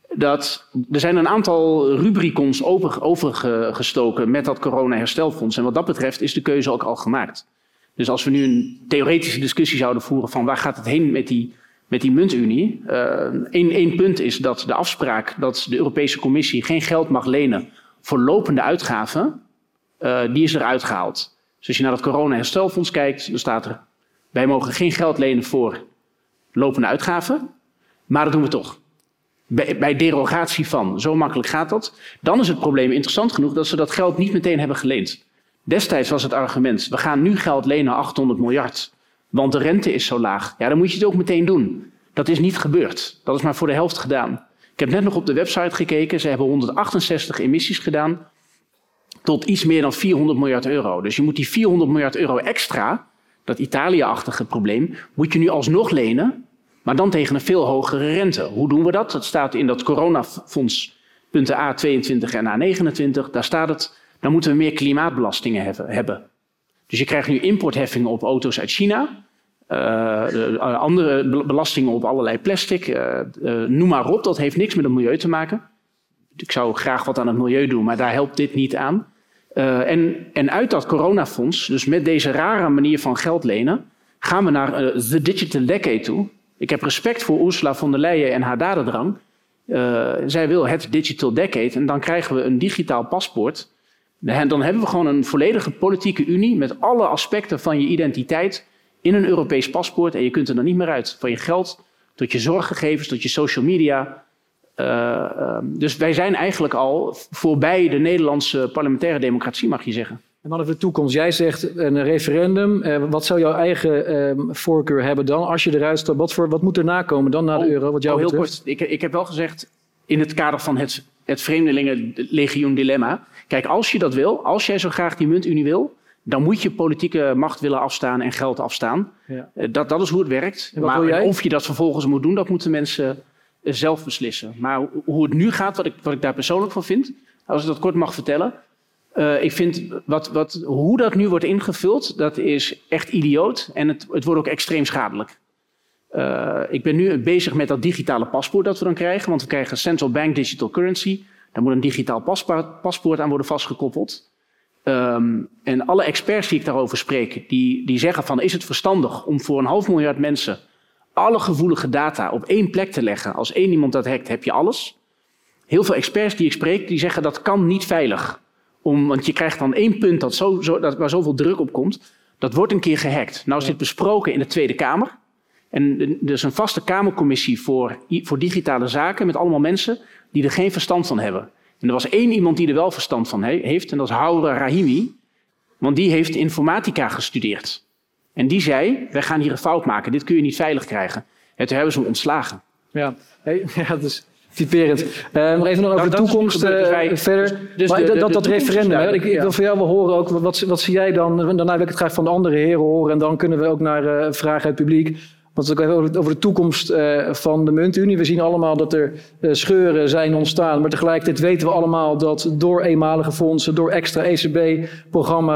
dat er zijn een aantal rubricons over, overgestoken met dat corona-herstelfonds. En wat dat betreft is de keuze ook al gemaakt. Dus als we nu een theoretische discussie zouden voeren van waar gaat het heen met die, met die muntunie. Eén uh, punt is dat de afspraak dat de Europese Commissie geen geld mag lenen voor lopende uitgaven, uh, die is eruit gehaald. Dus als je naar het corona-herstelfonds kijkt, dan staat er, wij mogen geen geld lenen voor lopende uitgaven. Maar dat doen we toch. Bij, bij derogatie van. Zo makkelijk gaat dat. Dan is het probleem interessant genoeg dat ze dat geld niet meteen hebben geleend. Destijds was het argument, we gaan nu geld lenen achthonderd miljard. Want de rente is zo laag. Ja, dan moet je het ook meteen doen. Dat is niet gebeurd. Dat is maar voor de helft gedaan. Ik heb net nog op de website gekeken. Ze hebben honderdachtenzestig emissies gedaan. Tot iets meer dan vierhonderd miljard euro. Dus je moet die vierhonderd miljard euro extra, dat Italië-achtige probleem, moet je nu alsnog lenen. Maar dan tegen een veel hogere rente. Hoe doen we dat? Dat staat in dat coronafonds punten A tweeëntwintig en A negenentwintig. Daar staat het, dan moeten we meer klimaatbelastingen hebben. Dus je krijgt nu importheffingen op auto's uit China. Uh, andere belastingen op allerlei plastic. Uh, uh, noem maar op, dat heeft niks met het milieu te maken. Ik zou graag wat aan het milieu doen, maar daar helpt dit niet aan. Uh, en, en uit dat coronafonds, dus met deze rare manier van geld lenen, gaan we naar uh, the digital decade toe. Ik heb respect voor Ursula von der Leyen en haar dadendrang. Uh, zij wil het digital decade en dan krijgen we een digitaal paspoort. En dan hebben we gewoon een volledige politieke unie met alle aspecten van je identiteit in een Europees paspoort. En je kunt er dan niet meer uit. Van je geld tot je zorggegevens, tot je social media. Uh, uh, dus wij zijn eigenlijk al voorbij de Nederlandse parlementaire democratie, mag je zeggen. En dan over de toekomst. Jij zegt een referendum. Uh, wat zou jouw eigen uh, voorkeur hebben dan als je eruit stapt? Wat, voor, wat moet er nakomen dan na de oh, euro? Wat jou oh, heel betreft? kort. Ik, ik heb wel gezegd in het kader van het, het vreemdelingenlegioen dilemma. Kijk, als je dat wil, als jij zo graag die muntunie wil, dan moet je politieke macht willen afstaan en geld afstaan. Ja. Uh, dat, dat is hoe het werkt. En wat maar wil jij? Of je dat vervolgens moet doen, dat moeten mensen uh, zelf beslissen. Maar hoe het nu gaat, wat ik, wat ik daar persoonlijk van vind, als ik dat kort mag vertellen. Uh, ik vind wat, wat, hoe dat nu wordt ingevuld, dat is echt idioot. En het, het wordt ook extreem schadelijk. Uh, ik ben nu bezig met dat digitale paspoort dat we dan krijgen. Want we krijgen Central Bank Digital Currency. Daar moet een digitaal paspoort, paspoort aan worden vastgekoppeld. Um, en alle experts die ik daarover spreek, die, die zeggen van, is het verstandig om voor een half miljard mensen alle gevoelige data op één plek te leggen? Als één iemand dat hackt, heb je alles. Heel veel experts die ik spreek, die zeggen dat kan niet veilig. Om, want je krijgt dan één punt dat zo, zo, dat, waar zoveel druk op komt. Dat wordt een keer gehackt. Nou is dit besproken in de Tweede Kamer. En er is een vaste Kamercommissie voor, voor digitale zaken met allemaal mensen die er geen verstand van hebben. En er was één iemand die er wel verstand van he, heeft en dat is Haoura Rahimi. Want die heeft informatica gestudeerd. En die zei, wij gaan hier een fout maken. Dit kun je niet veilig krijgen. En toen hebben ze hem ontslagen. Ja, hey, ja dat is... typerend. Uh, maar even nog over nou, de toekomst uh, wij, verder. Dus maar de, de, dat, dat de referendum, hè? Ik, ik ja. wil van jou wel horen ook, wat, wat zie jij dan? Daarna wil ik het graag van de andere heren horen en dan kunnen we ook naar uh, vragen uit het publiek. Want ook even over de toekomst uh, van de muntunie. We zien allemaal dat er uh, scheuren zijn ontstaan, maar tegelijkertijd weten we allemaal dat door eenmalige fondsen, door extra E C B-programma's,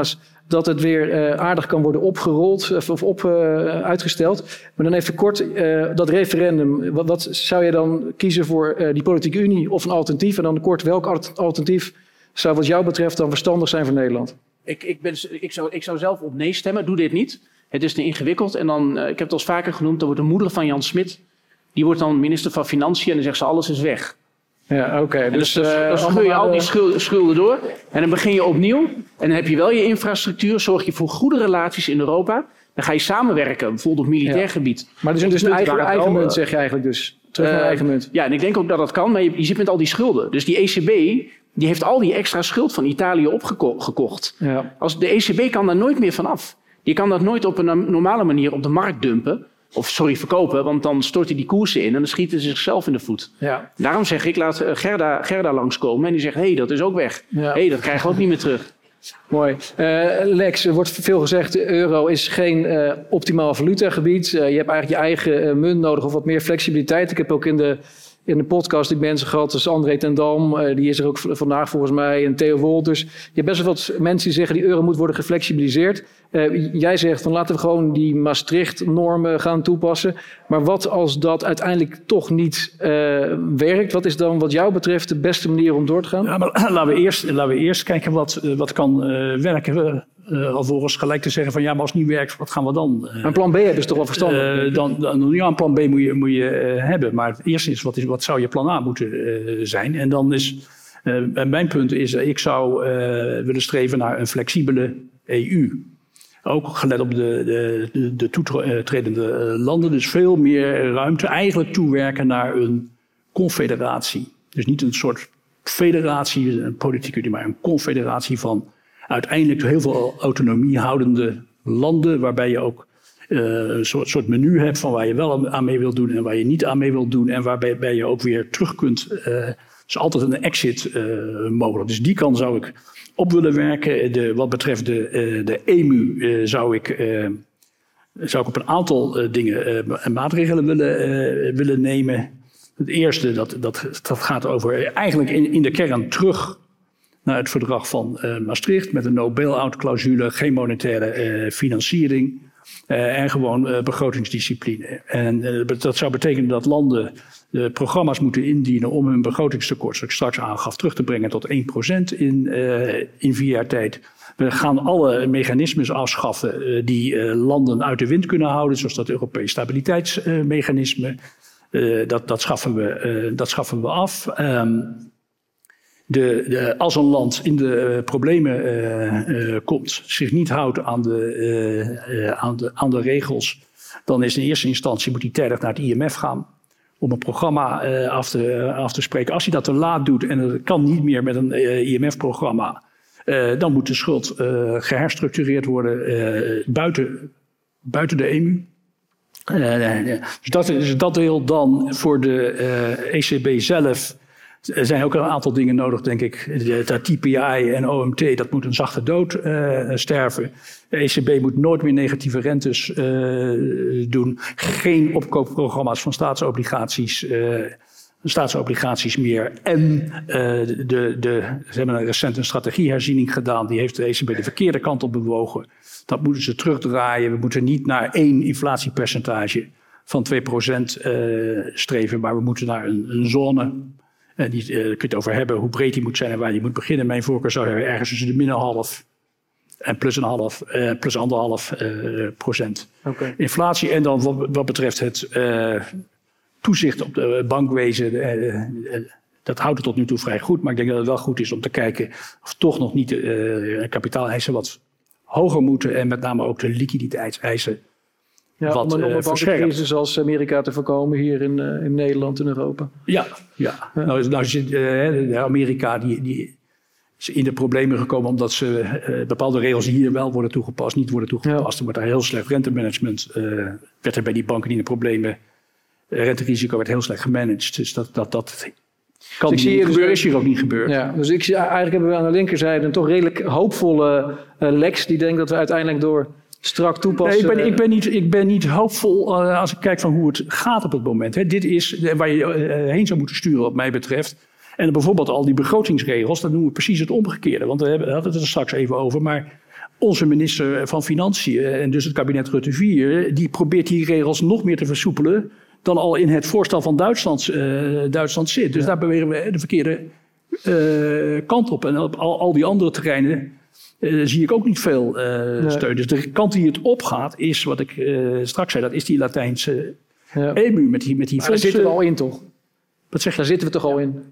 dat het weer uh, aardig kan worden opgerold of, of op, uh, uitgesteld. Maar dan even kort, uh, dat referendum. Wat, wat zou je dan kiezen voor uh, die politieke unie of een alternatief? En dan kort, welk alternatief zou wat jou betreft dan verstandig zijn voor Nederland? Ik, ik, ben, ik, zou, ik zou zelf op nee stemmen. Doe dit niet. Het is te ingewikkeld. En dan, uh, ik heb het al eens vaker genoemd, dan wordt de moeder van Jan Smit, die wordt dan minister van Financiën en dan zegt ze alles is weg. Ja, oké. Okay. Dus, dus uh, dan scheur je al die schulden, schulden door en dan begin je opnieuw. En dan heb je wel je infrastructuur, zorg je voor goede relaties in Europa. Dan ga je samenwerken, bijvoorbeeld op militair ja. gebied. Maar dus, dus een eigen, eigen munt, zeg je eigenlijk dus. Terug naar uh, eigen munt. Ja, en ik denk ook dat dat kan, maar je, je zit met al die schulden. Dus die E C B, die heeft al die extra schuld van Italië opgekocht. Ja. Als de E C B kan daar nooit meer van af. Je kan dat nooit op een normale manier op de markt dumpen. Of sorry, verkopen, want dan stort hij die koersen in en dan schieten ze zichzelf in de voet. Ja. Daarom zeg ik, laat Gerda, Gerda langskomen en die zegt, hé, hey, dat is ook weg. Hé, ja. hey, dat krijgen we ook niet meer terug. Mooi. Uh, Lex, er wordt veel gezegd, de euro is geen uh, optimaal valutagebied. Uh, je hebt eigenlijk je eigen uh, munt nodig of wat meer flexibiliteit. Ik heb ook in de, in de podcast die mensen gehad, dus André ten Dam, uh, die is er ook vandaag volgens mij, en Theo Wolters. Je hebt best wel wat mensen die zeggen, die euro moet worden geflexibiliseerd. Uh, jij zegt, van laten we gewoon die Maastricht-normen gaan toepassen. Maar wat als dat uiteindelijk toch niet uh, werkt? Wat is dan wat jou betreft de beste manier om door te gaan? Ja, maar laten we eerst, laten we eerst kijken wat, wat kan uh, werken. Uh, alvorens gelijk te zeggen van ja, maar als het niet werkt, wat gaan we dan? Uh, een plan B hebben is toch wel verstandig? Uh, dan, dan, ja, een plan B moet je, moet je uh, hebben. Maar het eerste is wat, is, wat zou je plan A moeten uh, zijn? En dan is, uh, mijn punt is, uh, ik zou uh, willen streven naar een flexibele E U. Ook gelet op de, de, de, de toetredende landen. Dus veel meer ruimte. Eigenlijk toewerken naar een confederatie. Dus niet een soort federatie, een politieke unie, maar een confederatie van uiteindelijk heel veel autonomie houdende landen. Waarbij je ook uh, een soort, soort menu hebt van waar je wel aan mee wilt doen en waar je niet aan mee wilt doen. En waarbij je ook weer terug kunt. Uh, is altijd een exit uh, mogelijk. Dus die kant zou ik op willen werken. De, wat betreft de, uh, de E M U uh, zou, ik, uh, zou ik op een aantal uh, dingen uh, maatregelen willen, uh, willen nemen. Het eerste, dat, dat, dat gaat over eigenlijk in, in de kern terug naar het verdrag van uh, Maastricht. Met een no-bail-out clausule, geen monetaire uh, financiering. Uh, en gewoon uh, begrotingsdiscipline. En uh, dat zou betekenen dat landen de programma's moeten indienen om hun begrotingstekort, zoals ik straks aangaf, terug te brengen tot één procent in, uh, in vier jaar tijd. We gaan alle mechanismes afschaffen uh, die uh, landen uit de wind kunnen houden, zoals dat Europees stabiliteitsmechanisme. Uh, dat, dat, schaffen we, uh, dat schaffen we af. Um, De, de, als een land in de uh, problemen uh, uh, komt, zich niet houdt aan de, uh, uh, aan, de, aan de regels, dan is in eerste instantie moet hij tijdig naar het I M F gaan om een programma uh, af, te, uh, af te spreken. Als hij dat te laat doet en dat kan niet meer met een uh, I M F-programma, uh, dan moet de schuld uh, geherstructureerd worden uh, buiten, buiten de E M U. Uh, dus dat is dat deel. Dan voor de uh, E C B zelf. Er zijn ook een aantal dingen nodig, denk ik. Dat T P I en O M T, dat moet een zachte dood uh, sterven. De E C B moet nooit meer negatieve rentes uh, doen. Geen opkoopprogramma's van staatsobligaties, uh, staatsobligaties meer. En uh, de, de, ze hebben een recent een strategieherziening gedaan. Die heeft de E C B de verkeerde kant op bewogen. Dat moeten ze terugdraaien. We moeten niet naar één inflatiepercentage van twee procent uh, streven. Maar we moeten naar een, een zone. Uh, die uh, kun je het over hebben, hoe breed die moet zijn en waar die moet beginnen. Mijn voorkeur zou hebben ergens tussen de min een half en plus een half, uh, plus anderhalf uh, procent okay. inflatie. En dan wat, wat betreft het uh, toezicht op de bankwezen, uh, uh, dat houdt het tot nu toe vrij goed. Maar ik denk dat het wel goed is om te kijken of toch nog niet de uh, kapitaaleisen wat hoger moeten. En met name ook de liquiditeitseisen. Ja, wat, om een uh, bankencrisis zoals Amerika te voorkomen hier in, uh, in Nederland en Europa. Ja, ja. ja. Nou, nou zit uh, Amerika die, die is in de problemen gekomen omdat ze uh, bepaalde regels die hier wel worden toegepast, niet worden toegepast. Ja. Er wordt daar heel slecht rentemanagement. Uh, werd er bij die banken die in de problemen, uh, renterisico werd heel slecht gemanaged. Dus dat, dat, dat kan dus niet gebeuren, dus, is hier ook niet gebeurd. Ja, dus ik zie, eigenlijk hebben we aan de linkerzijde een toch redelijk hoopvolle uh, Lex die denkt dat we uiteindelijk door strak toepassen. Nee, ik ben, ik ben, niet, ik ben niet hoopvol uh, als ik kijk van hoe het gaat op het moment. Hè. Dit is waar je uh, heen zou moeten sturen wat mij betreft. En bijvoorbeeld al die begrotingsregels, dat noemen we precies het omgekeerde. Want we hebben, hadden het er straks even over. Maar onze minister van Financiën en dus het kabinet Rutte vier... die probeert die regels nog meer te versoepelen dan al in het voorstel van Duitsland, uh, Duitsland zit. Dus ja. daar bewegen we de verkeerde uh, kant op. En op al, al die andere terreinen uh, zie ik ook niet veel uh, nee. steun. Dus de kant die het opgaat is, wat ik uh, straks zei, dat is die Latijnse ja. E M U met die, met die maar daar zitten we al in, toch? Wat zeg je? Daar zitten we toch al in?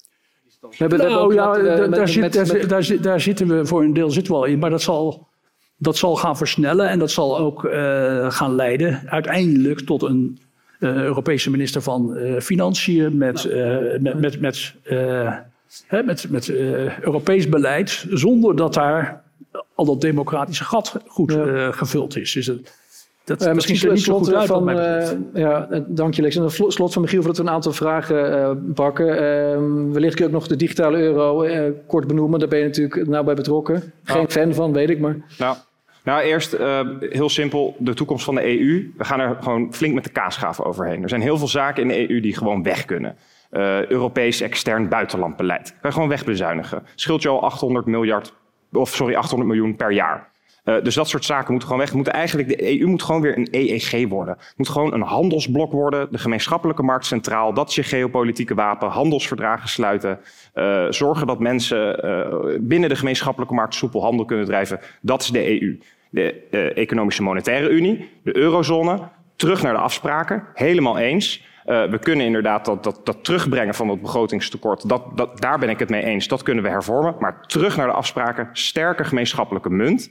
We hebben, nou, ook ja, wat, uh, daar, met, zit, met, daar, met... daar, daar zitten we voor een deel zitten we al in, maar dat zal, dat zal gaan versnellen en dat zal ook uh, gaan leiden uiteindelijk tot een uh, Europese minister van uh, Financiën met, uh, met, met, met, uh, hè, met, met uh, Europees beleid, zonder dat daar al dat democratische gat goed ja. uh, gevuld is. Dus het, Dat, uh, dat misschien ziet er niet zo goed uit van, uh, ja, dank je Lex. En een slot van Michiel voordat we een aantal vragen uh, pakken. Uh, wellicht kun je ook nog de digitale euro uh, kort benoemen. Daar ben je natuurlijk nauw bij betrokken. Geen oh. fan van, weet ik maar. Nou, nou eerst uh, heel simpel de toekomst van de E U. We gaan er gewoon flink met de kaasschaaf overheen. Er zijn heel veel zaken in de E U die gewoon weg kunnen. Uh, Europees extern buitenlandbeleid. Kan je gewoon wegbezuinigen. Scheelt je al achthonderd miljard, of sorry, achthonderd miljoen per jaar. Uh, dus dat soort zaken moeten gewoon weg. Moeten eigenlijk, de E U moet gewoon weer een E E G worden. Het moet gewoon een handelsblok worden. De gemeenschappelijke markt centraal. Dat is je geopolitieke wapen. Handelsverdragen sluiten. Uh, zorgen dat mensen uh, binnen de gemeenschappelijke markt soepel handel kunnen drijven. Dat is de E U. De uh, Economische Monetaire Unie. De eurozone. Terug naar de afspraken. Helemaal eens. Uh, we kunnen inderdaad dat, dat, dat terugbrengen van dat begrotingstekort. Dat, dat, daar ben ik het mee eens. Dat kunnen we hervormen. Maar terug naar de afspraken. Sterke gemeenschappelijke munt.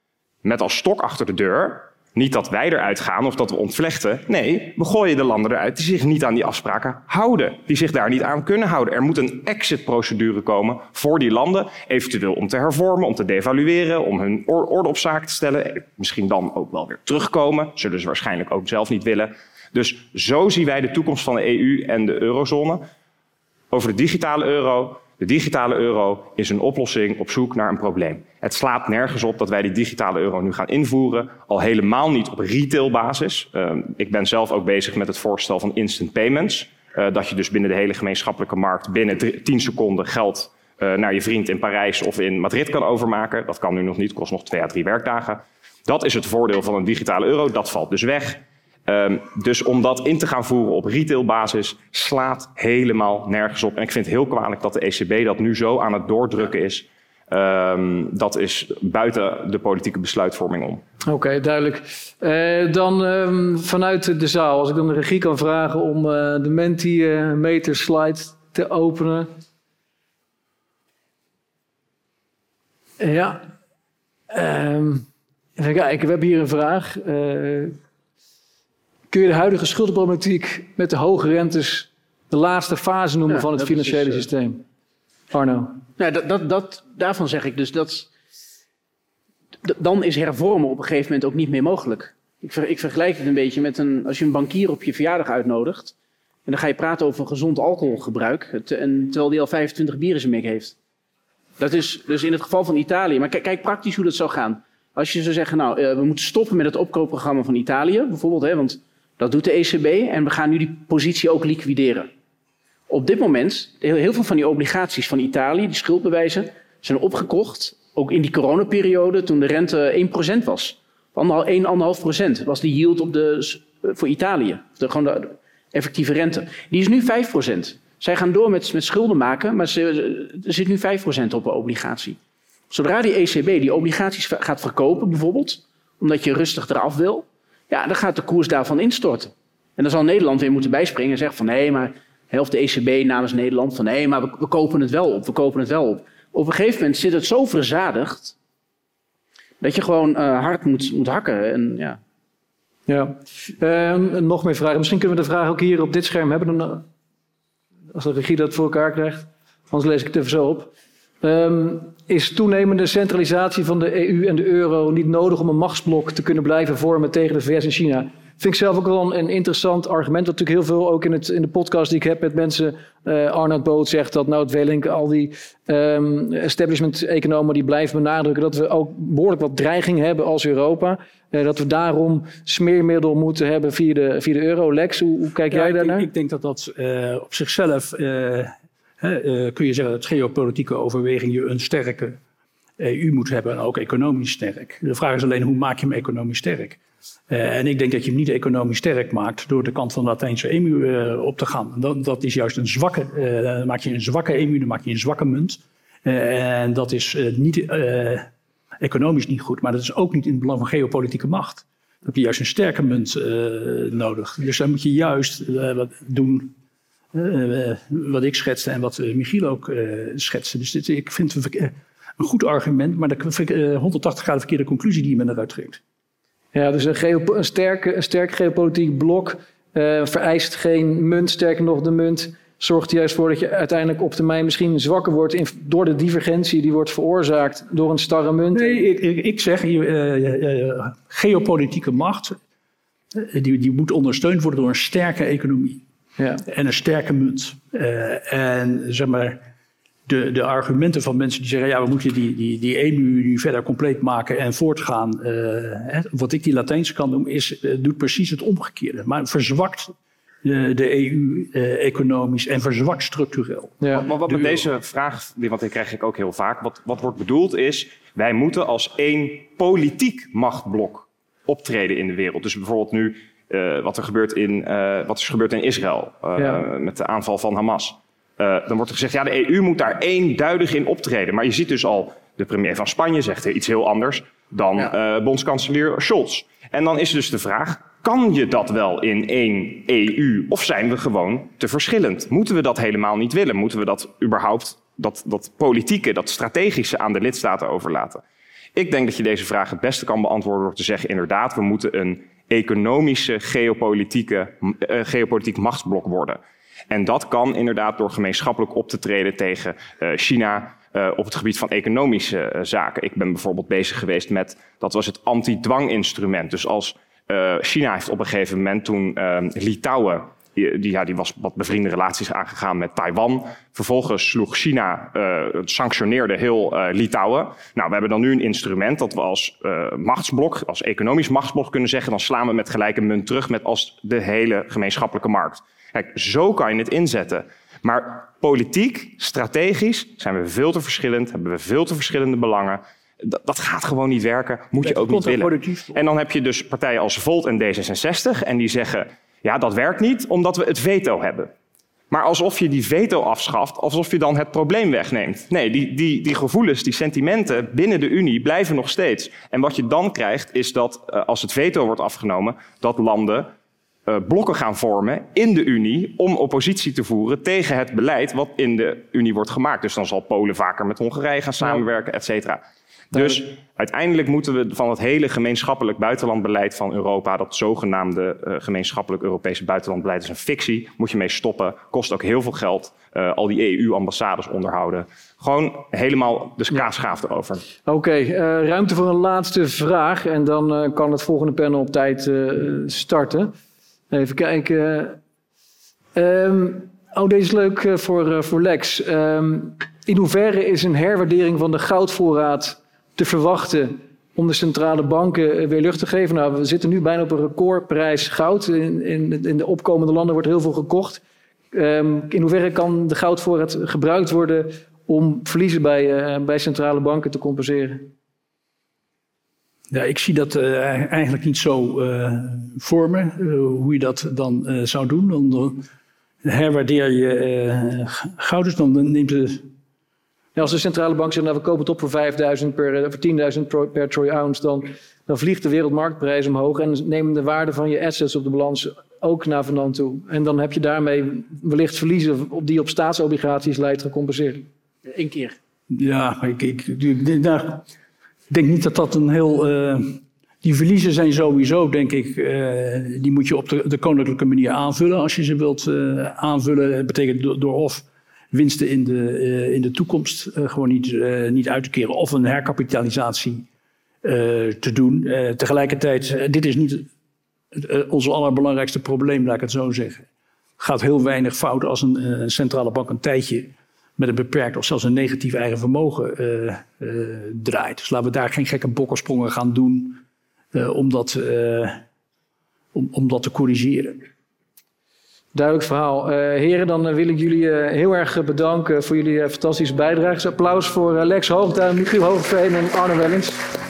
Met als stok achter de deur, niet dat wij eruit gaan of dat we ontvlechten. Nee, we gooien de landen eruit die zich niet aan die afspraken houden. Die zich daar niet aan kunnen houden. Er moet een exit-procedure komen voor die landen. Eventueel om te hervormen, om te devalueren, om hun orde op zaken te stellen. Misschien dan ook wel weer terugkomen. Zullen ze waarschijnlijk ook zelf niet willen. Dus zo zien wij de toekomst van de E U en de eurozone. Over de digitale euro. De digitale euro is een oplossing op zoek naar een probleem. Het slaat nergens op dat wij die digitale euro nu gaan invoeren. Al helemaal niet op retailbasis. Uh, ik ben zelf ook bezig met het voorstel van instant payments. Uh, dat je dus binnen de hele gemeenschappelijke markt binnen tien seconden geld uh, naar je vriend in Parijs of in Madrid kan overmaken. Dat kan nu nog niet, kost nog twee à drie werkdagen. Dat is het voordeel van een digitale euro. Dat valt dus weg. Um, dus om dat in te gaan voeren op retailbasis slaat helemaal nergens op. En ik vind het heel kwalijk dat de E C B dat nu zo aan het doordrukken is. Um, dat is buiten de politieke besluitvorming om. Oké, okay, duidelijk. Uh, dan um, vanuit de zaal, als ik dan de regie kan vragen om uh, de Mentimeter slide te openen. Ja. Um, even kijken, we hebben hier een vraag. Uh, Kun je de huidige schuldenproblematiek met de hoge rentes de laatste fase noemen ja, van het financiële is, uh, systeem? Arno. Nou, dat, dat, dat, daarvan zeg ik dus dat d- dan is hervormen op een gegeven moment ook niet meer mogelijk. Ik, ver, ik vergelijk het een beetje met een, als je een bankier op je verjaardag uitnodigt en dan ga je praten over gezond alcoholgebruik, het, en, terwijl die al vijfentwintig bier in zijn mik heeft. Dat is dus in het geval van Italië. Maar kijk, kijk praktisch hoe dat zou gaan. Als je zou zeggen, nou, uh, we moeten stoppen met het opkoopprogramma van Italië, bijvoorbeeld, hè, want dat doet de E C B en we gaan nu die positie ook liquideren. Op dit moment, heel, heel veel van die obligaties van Italië, die schuldbewijzen, zijn opgekocht. Ook in die coronaperiode, toen de rente één procent was. één komma vijf procent was de yield op de, voor Italië. De, gewoon de effectieve rente. Die is nu vijf procent. Zij gaan door met, met schulden maken, maar ze, er zit nu vijf procent op een obligatie. Zodra die E C B die obligaties gaat verkopen bijvoorbeeld, omdat je rustig eraf wil, ja, dan gaat de koers daarvan instorten. En dan zal Nederland weer moeten bijspringen en zeggen van nee, maar helft de E C B namens Nederland van nee, maar we, we kopen het wel op, we kopen het wel op. Op een gegeven moment zit het zo verzadigd dat je gewoon uh, hard moet, moet hakken. En, ja. Ja. Uh, nog meer vragen. Misschien kunnen we de vraag ook hier op dit scherm hebben. Dan, als de regie dat voor elkaar krijgt. Anders lees ik het even zo op. Um, is toenemende centralisatie van de E U en de euro niet nodig om een machtsblok te kunnen blijven vormen tegen de V S en China? Vind ik zelf ook wel een, een interessant argument. Wat natuurlijk heel veel ook in, het, in de podcast die ik heb met mensen. Uh, Arnoud Boot zegt dat Nout Welling, al die um, establishment-economen die blijven benadrukken dat we ook behoorlijk wat dreiging hebben als Europa. Uh, dat we daarom smeermiddel moeten hebben via de, via de euro. Lex, hoe, hoe kijk ja, jij daarnaar? Ik, ik denk dat dat uh, op zichzelf, uh, uh, uh, kun je zeggen dat geopolitieke overweging je een sterke E U moet hebben en ook economisch sterk. De vraag is alleen, hoe maak je hem economisch sterk? Uh, en ik denk dat je hem niet economisch sterk maakt door de kant van de Latijnse emu uh, op te gaan. Dat, dat is juist een zwakke, uh, dan maak je een zwakke emu, dan maak je een zwakke munt. Uh, en dat is uh, niet, uh, economisch niet goed, maar dat is ook niet in het belang van geopolitieke macht. Dan heb je juist een sterke munt uh, nodig. Dus dan moet je juist uh, wat doen uh, wat ik schetste en wat uh, Michiel ook uh, schetste. Dus dit, ik vind het een, een goed argument, maar dat vind ik uh, honderdtachtig graden verkeerde conclusie die je men eruit trekt. Ja, dus een, geopo- een, sterk, een sterk geopolitiek blok uh, vereist geen munt. Sterker nog, de munt zorgt er juist voor dat je uiteindelijk op termijn misschien zwakker wordt in, door de divergentie die wordt veroorzaakt door een starre munt. Nee, ik, ik, ik zeg, uh, uh, uh, geopolitieke macht, uh, die, die moet ondersteund worden door een sterke economie. Ja. En een sterke munt. Uh, en zeg maar, de, de argumenten van mensen die zeggen, ja, we moeten die, die, die E M U nu verder compleet maken en voortgaan. Uh, hè, wat ik die Latijnse kan doen, is, uh, doet precies het omgekeerde. Maar verzwakt uh, de E U uh, economisch en verzwakt structureel. Ja. Maar wat met deze vraag, want die krijg ik ook heel vaak, wat, wat wordt bedoeld is, wij moeten als één politiek machtblok optreden in de wereld. Dus bijvoorbeeld nu uh, wat er gebeurt in, uh, wat is gebeurd in Israël uh, ja. met de aanval van Hamas. Uh, dan wordt er gezegd, ja, de E U moet daar eenduidig in optreden. Maar je ziet dus al, de premier van Spanje zegt iets heel anders dan ja. uh, bondskanselier Scholz. En dan is dus de vraag, kan je dat wel in één E U? Of zijn we gewoon te verschillend? Moeten we dat helemaal niet willen? Moeten we dat überhaupt, dat, dat politieke, dat strategische aan de lidstaten overlaten? Ik denk dat je deze vraag het beste kan beantwoorden door te zeggen, inderdaad, we moeten een economische, geopolitieke, uh, geopolitiek machtsblok worden. En dat kan inderdaad door gemeenschappelijk op te treden tegen uh, China uh, op het gebied van economische uh, zaken. Ik ben bijvoorbeeld bezig geweest met, dat was het anti-dwanginstrument. Dus als uh, China heeft op een gegeven moment toen uh, Litouwen, die, die, ja, die was wat bevriende relaties aangegaan met Taiwan. Vervolgens sloeg China, uh, sanctioneerde heel uh, Litouwen. Nou, we hebben dan nu een instrument dat we als uh, machtsblok, als economisch machtsblok kunnen zeggen, dan slaan we met gelijke munt terug met als de hele gemeenschappelijke markt. Kijk, zo kan je het inzetten. Maar politiek, strategisch zijn we veel te verschillend, hebben we veel te verschillende belangen. Dat, dat gaat gewoon niet werken, moet je ook niet willen. En dan heb je dus partijen als Volt en D zesenzestig en die zeggen, ja, dat werkt niet omdat we het veto hebben. Maar alsof je die veto afschaft, alsof je dan het probleem wegneemt. Nee, die, die, die gevoelens, die sentimenten binnen de Unie blijven nog steeds. En wat je dan krijgt is dat uh, als het veto wordt afgenomen, dat landen uh, blokken gaan vormen in de Unie om oppositie te voeren tegen het beleid wat in de Unie wordt gemaakt. Dus dan zal Polen vaker met Hongarije gaan samenwerken, et cetera. Dus uiteindelijk moeten we van het hele gemeenschappelijk buitenlandbeleid van Europa, dat zogenaamde uh, gemeenschappelijk Europese buitenlandbeleid is een fictie, moet je mee stoppen, kost ook heel veel geld, uh, al die E U-ambassades onderhouden. Gewoon helemaal de kaasschaaf erover. Oké, okay, uh, ruimte voor een laatste vraag en dan uh, kan het volgende panel op tijd uh, starten. Even kijken. Um, oh, deze is leuk uh, voor, uh, voor Lex. Um, in hoeverre is een herwaardering van de goudvoorraad te verwachten om de centrale banken weer lucht te geven? Nou, we zitten nu bijna op een recordprijs goud. In, in, in de opkomende landen wordt heel veel gekocht. Um, in hoeverre kan de goudvoorraad gebruikt worden om verliezen bij, uh, bij centrale banken te compenseren? Ja, ik zie dat uh, eigenlijk niet zo uh, voor me, uh, hoe je dat dan uh, zou doen. Dan, dan herwaardeer je uh, goud, dus dan neemt de... Ja, als de centrale bank zegt, nou, we kopen het op voor vijfduizend per, voor tienduizend per troy ounce, dan, dan vliegt de wereldmarktprijs omhoog en nemen de waarde van je assets op de balans ook naar vandaan toe. En dan heb je daarmee wellicht verliezen op die op staatsobligaties lijkt gecompenseerd. Eén keer. Ja, ik, ik, ik, nou, ik denk niet dat dat een heel... Uh, die verliezen zijn sowieso, denk ik, uh, die moet je op de, de koninklijke manier aanvullen. Als je ze wilt uh, aanvullen, dat betekent door, door of winsten in de, uh, in de toekomst uh, gewoon niet, uh, niet uit te keren of een herkapitalisatie uh, te doen. Uh, tegelijkertijd, uh, dit is niet uh, ons allerbelangrijkste probleem, laat ik het zo zeggen. Het gaat heel weinig fout als een, uh, een centrale bank een tijdje met een beperkt of zelfs een negatief eigen vermogen uh, uh, draait. Dus laten we daar geen gekke bokkensprongen gaan doen uh, om, dat, uh, om, om dat te corrigeren. Duidelijk verhaal. Uh, heren, dan uh, wil ik jullie uh, heel erg bedanken voor jullie uh, fantastische bijdrage. Applaus voor uh, Lex Hoogduin, Michiel Hoogveen en Arno Wellings.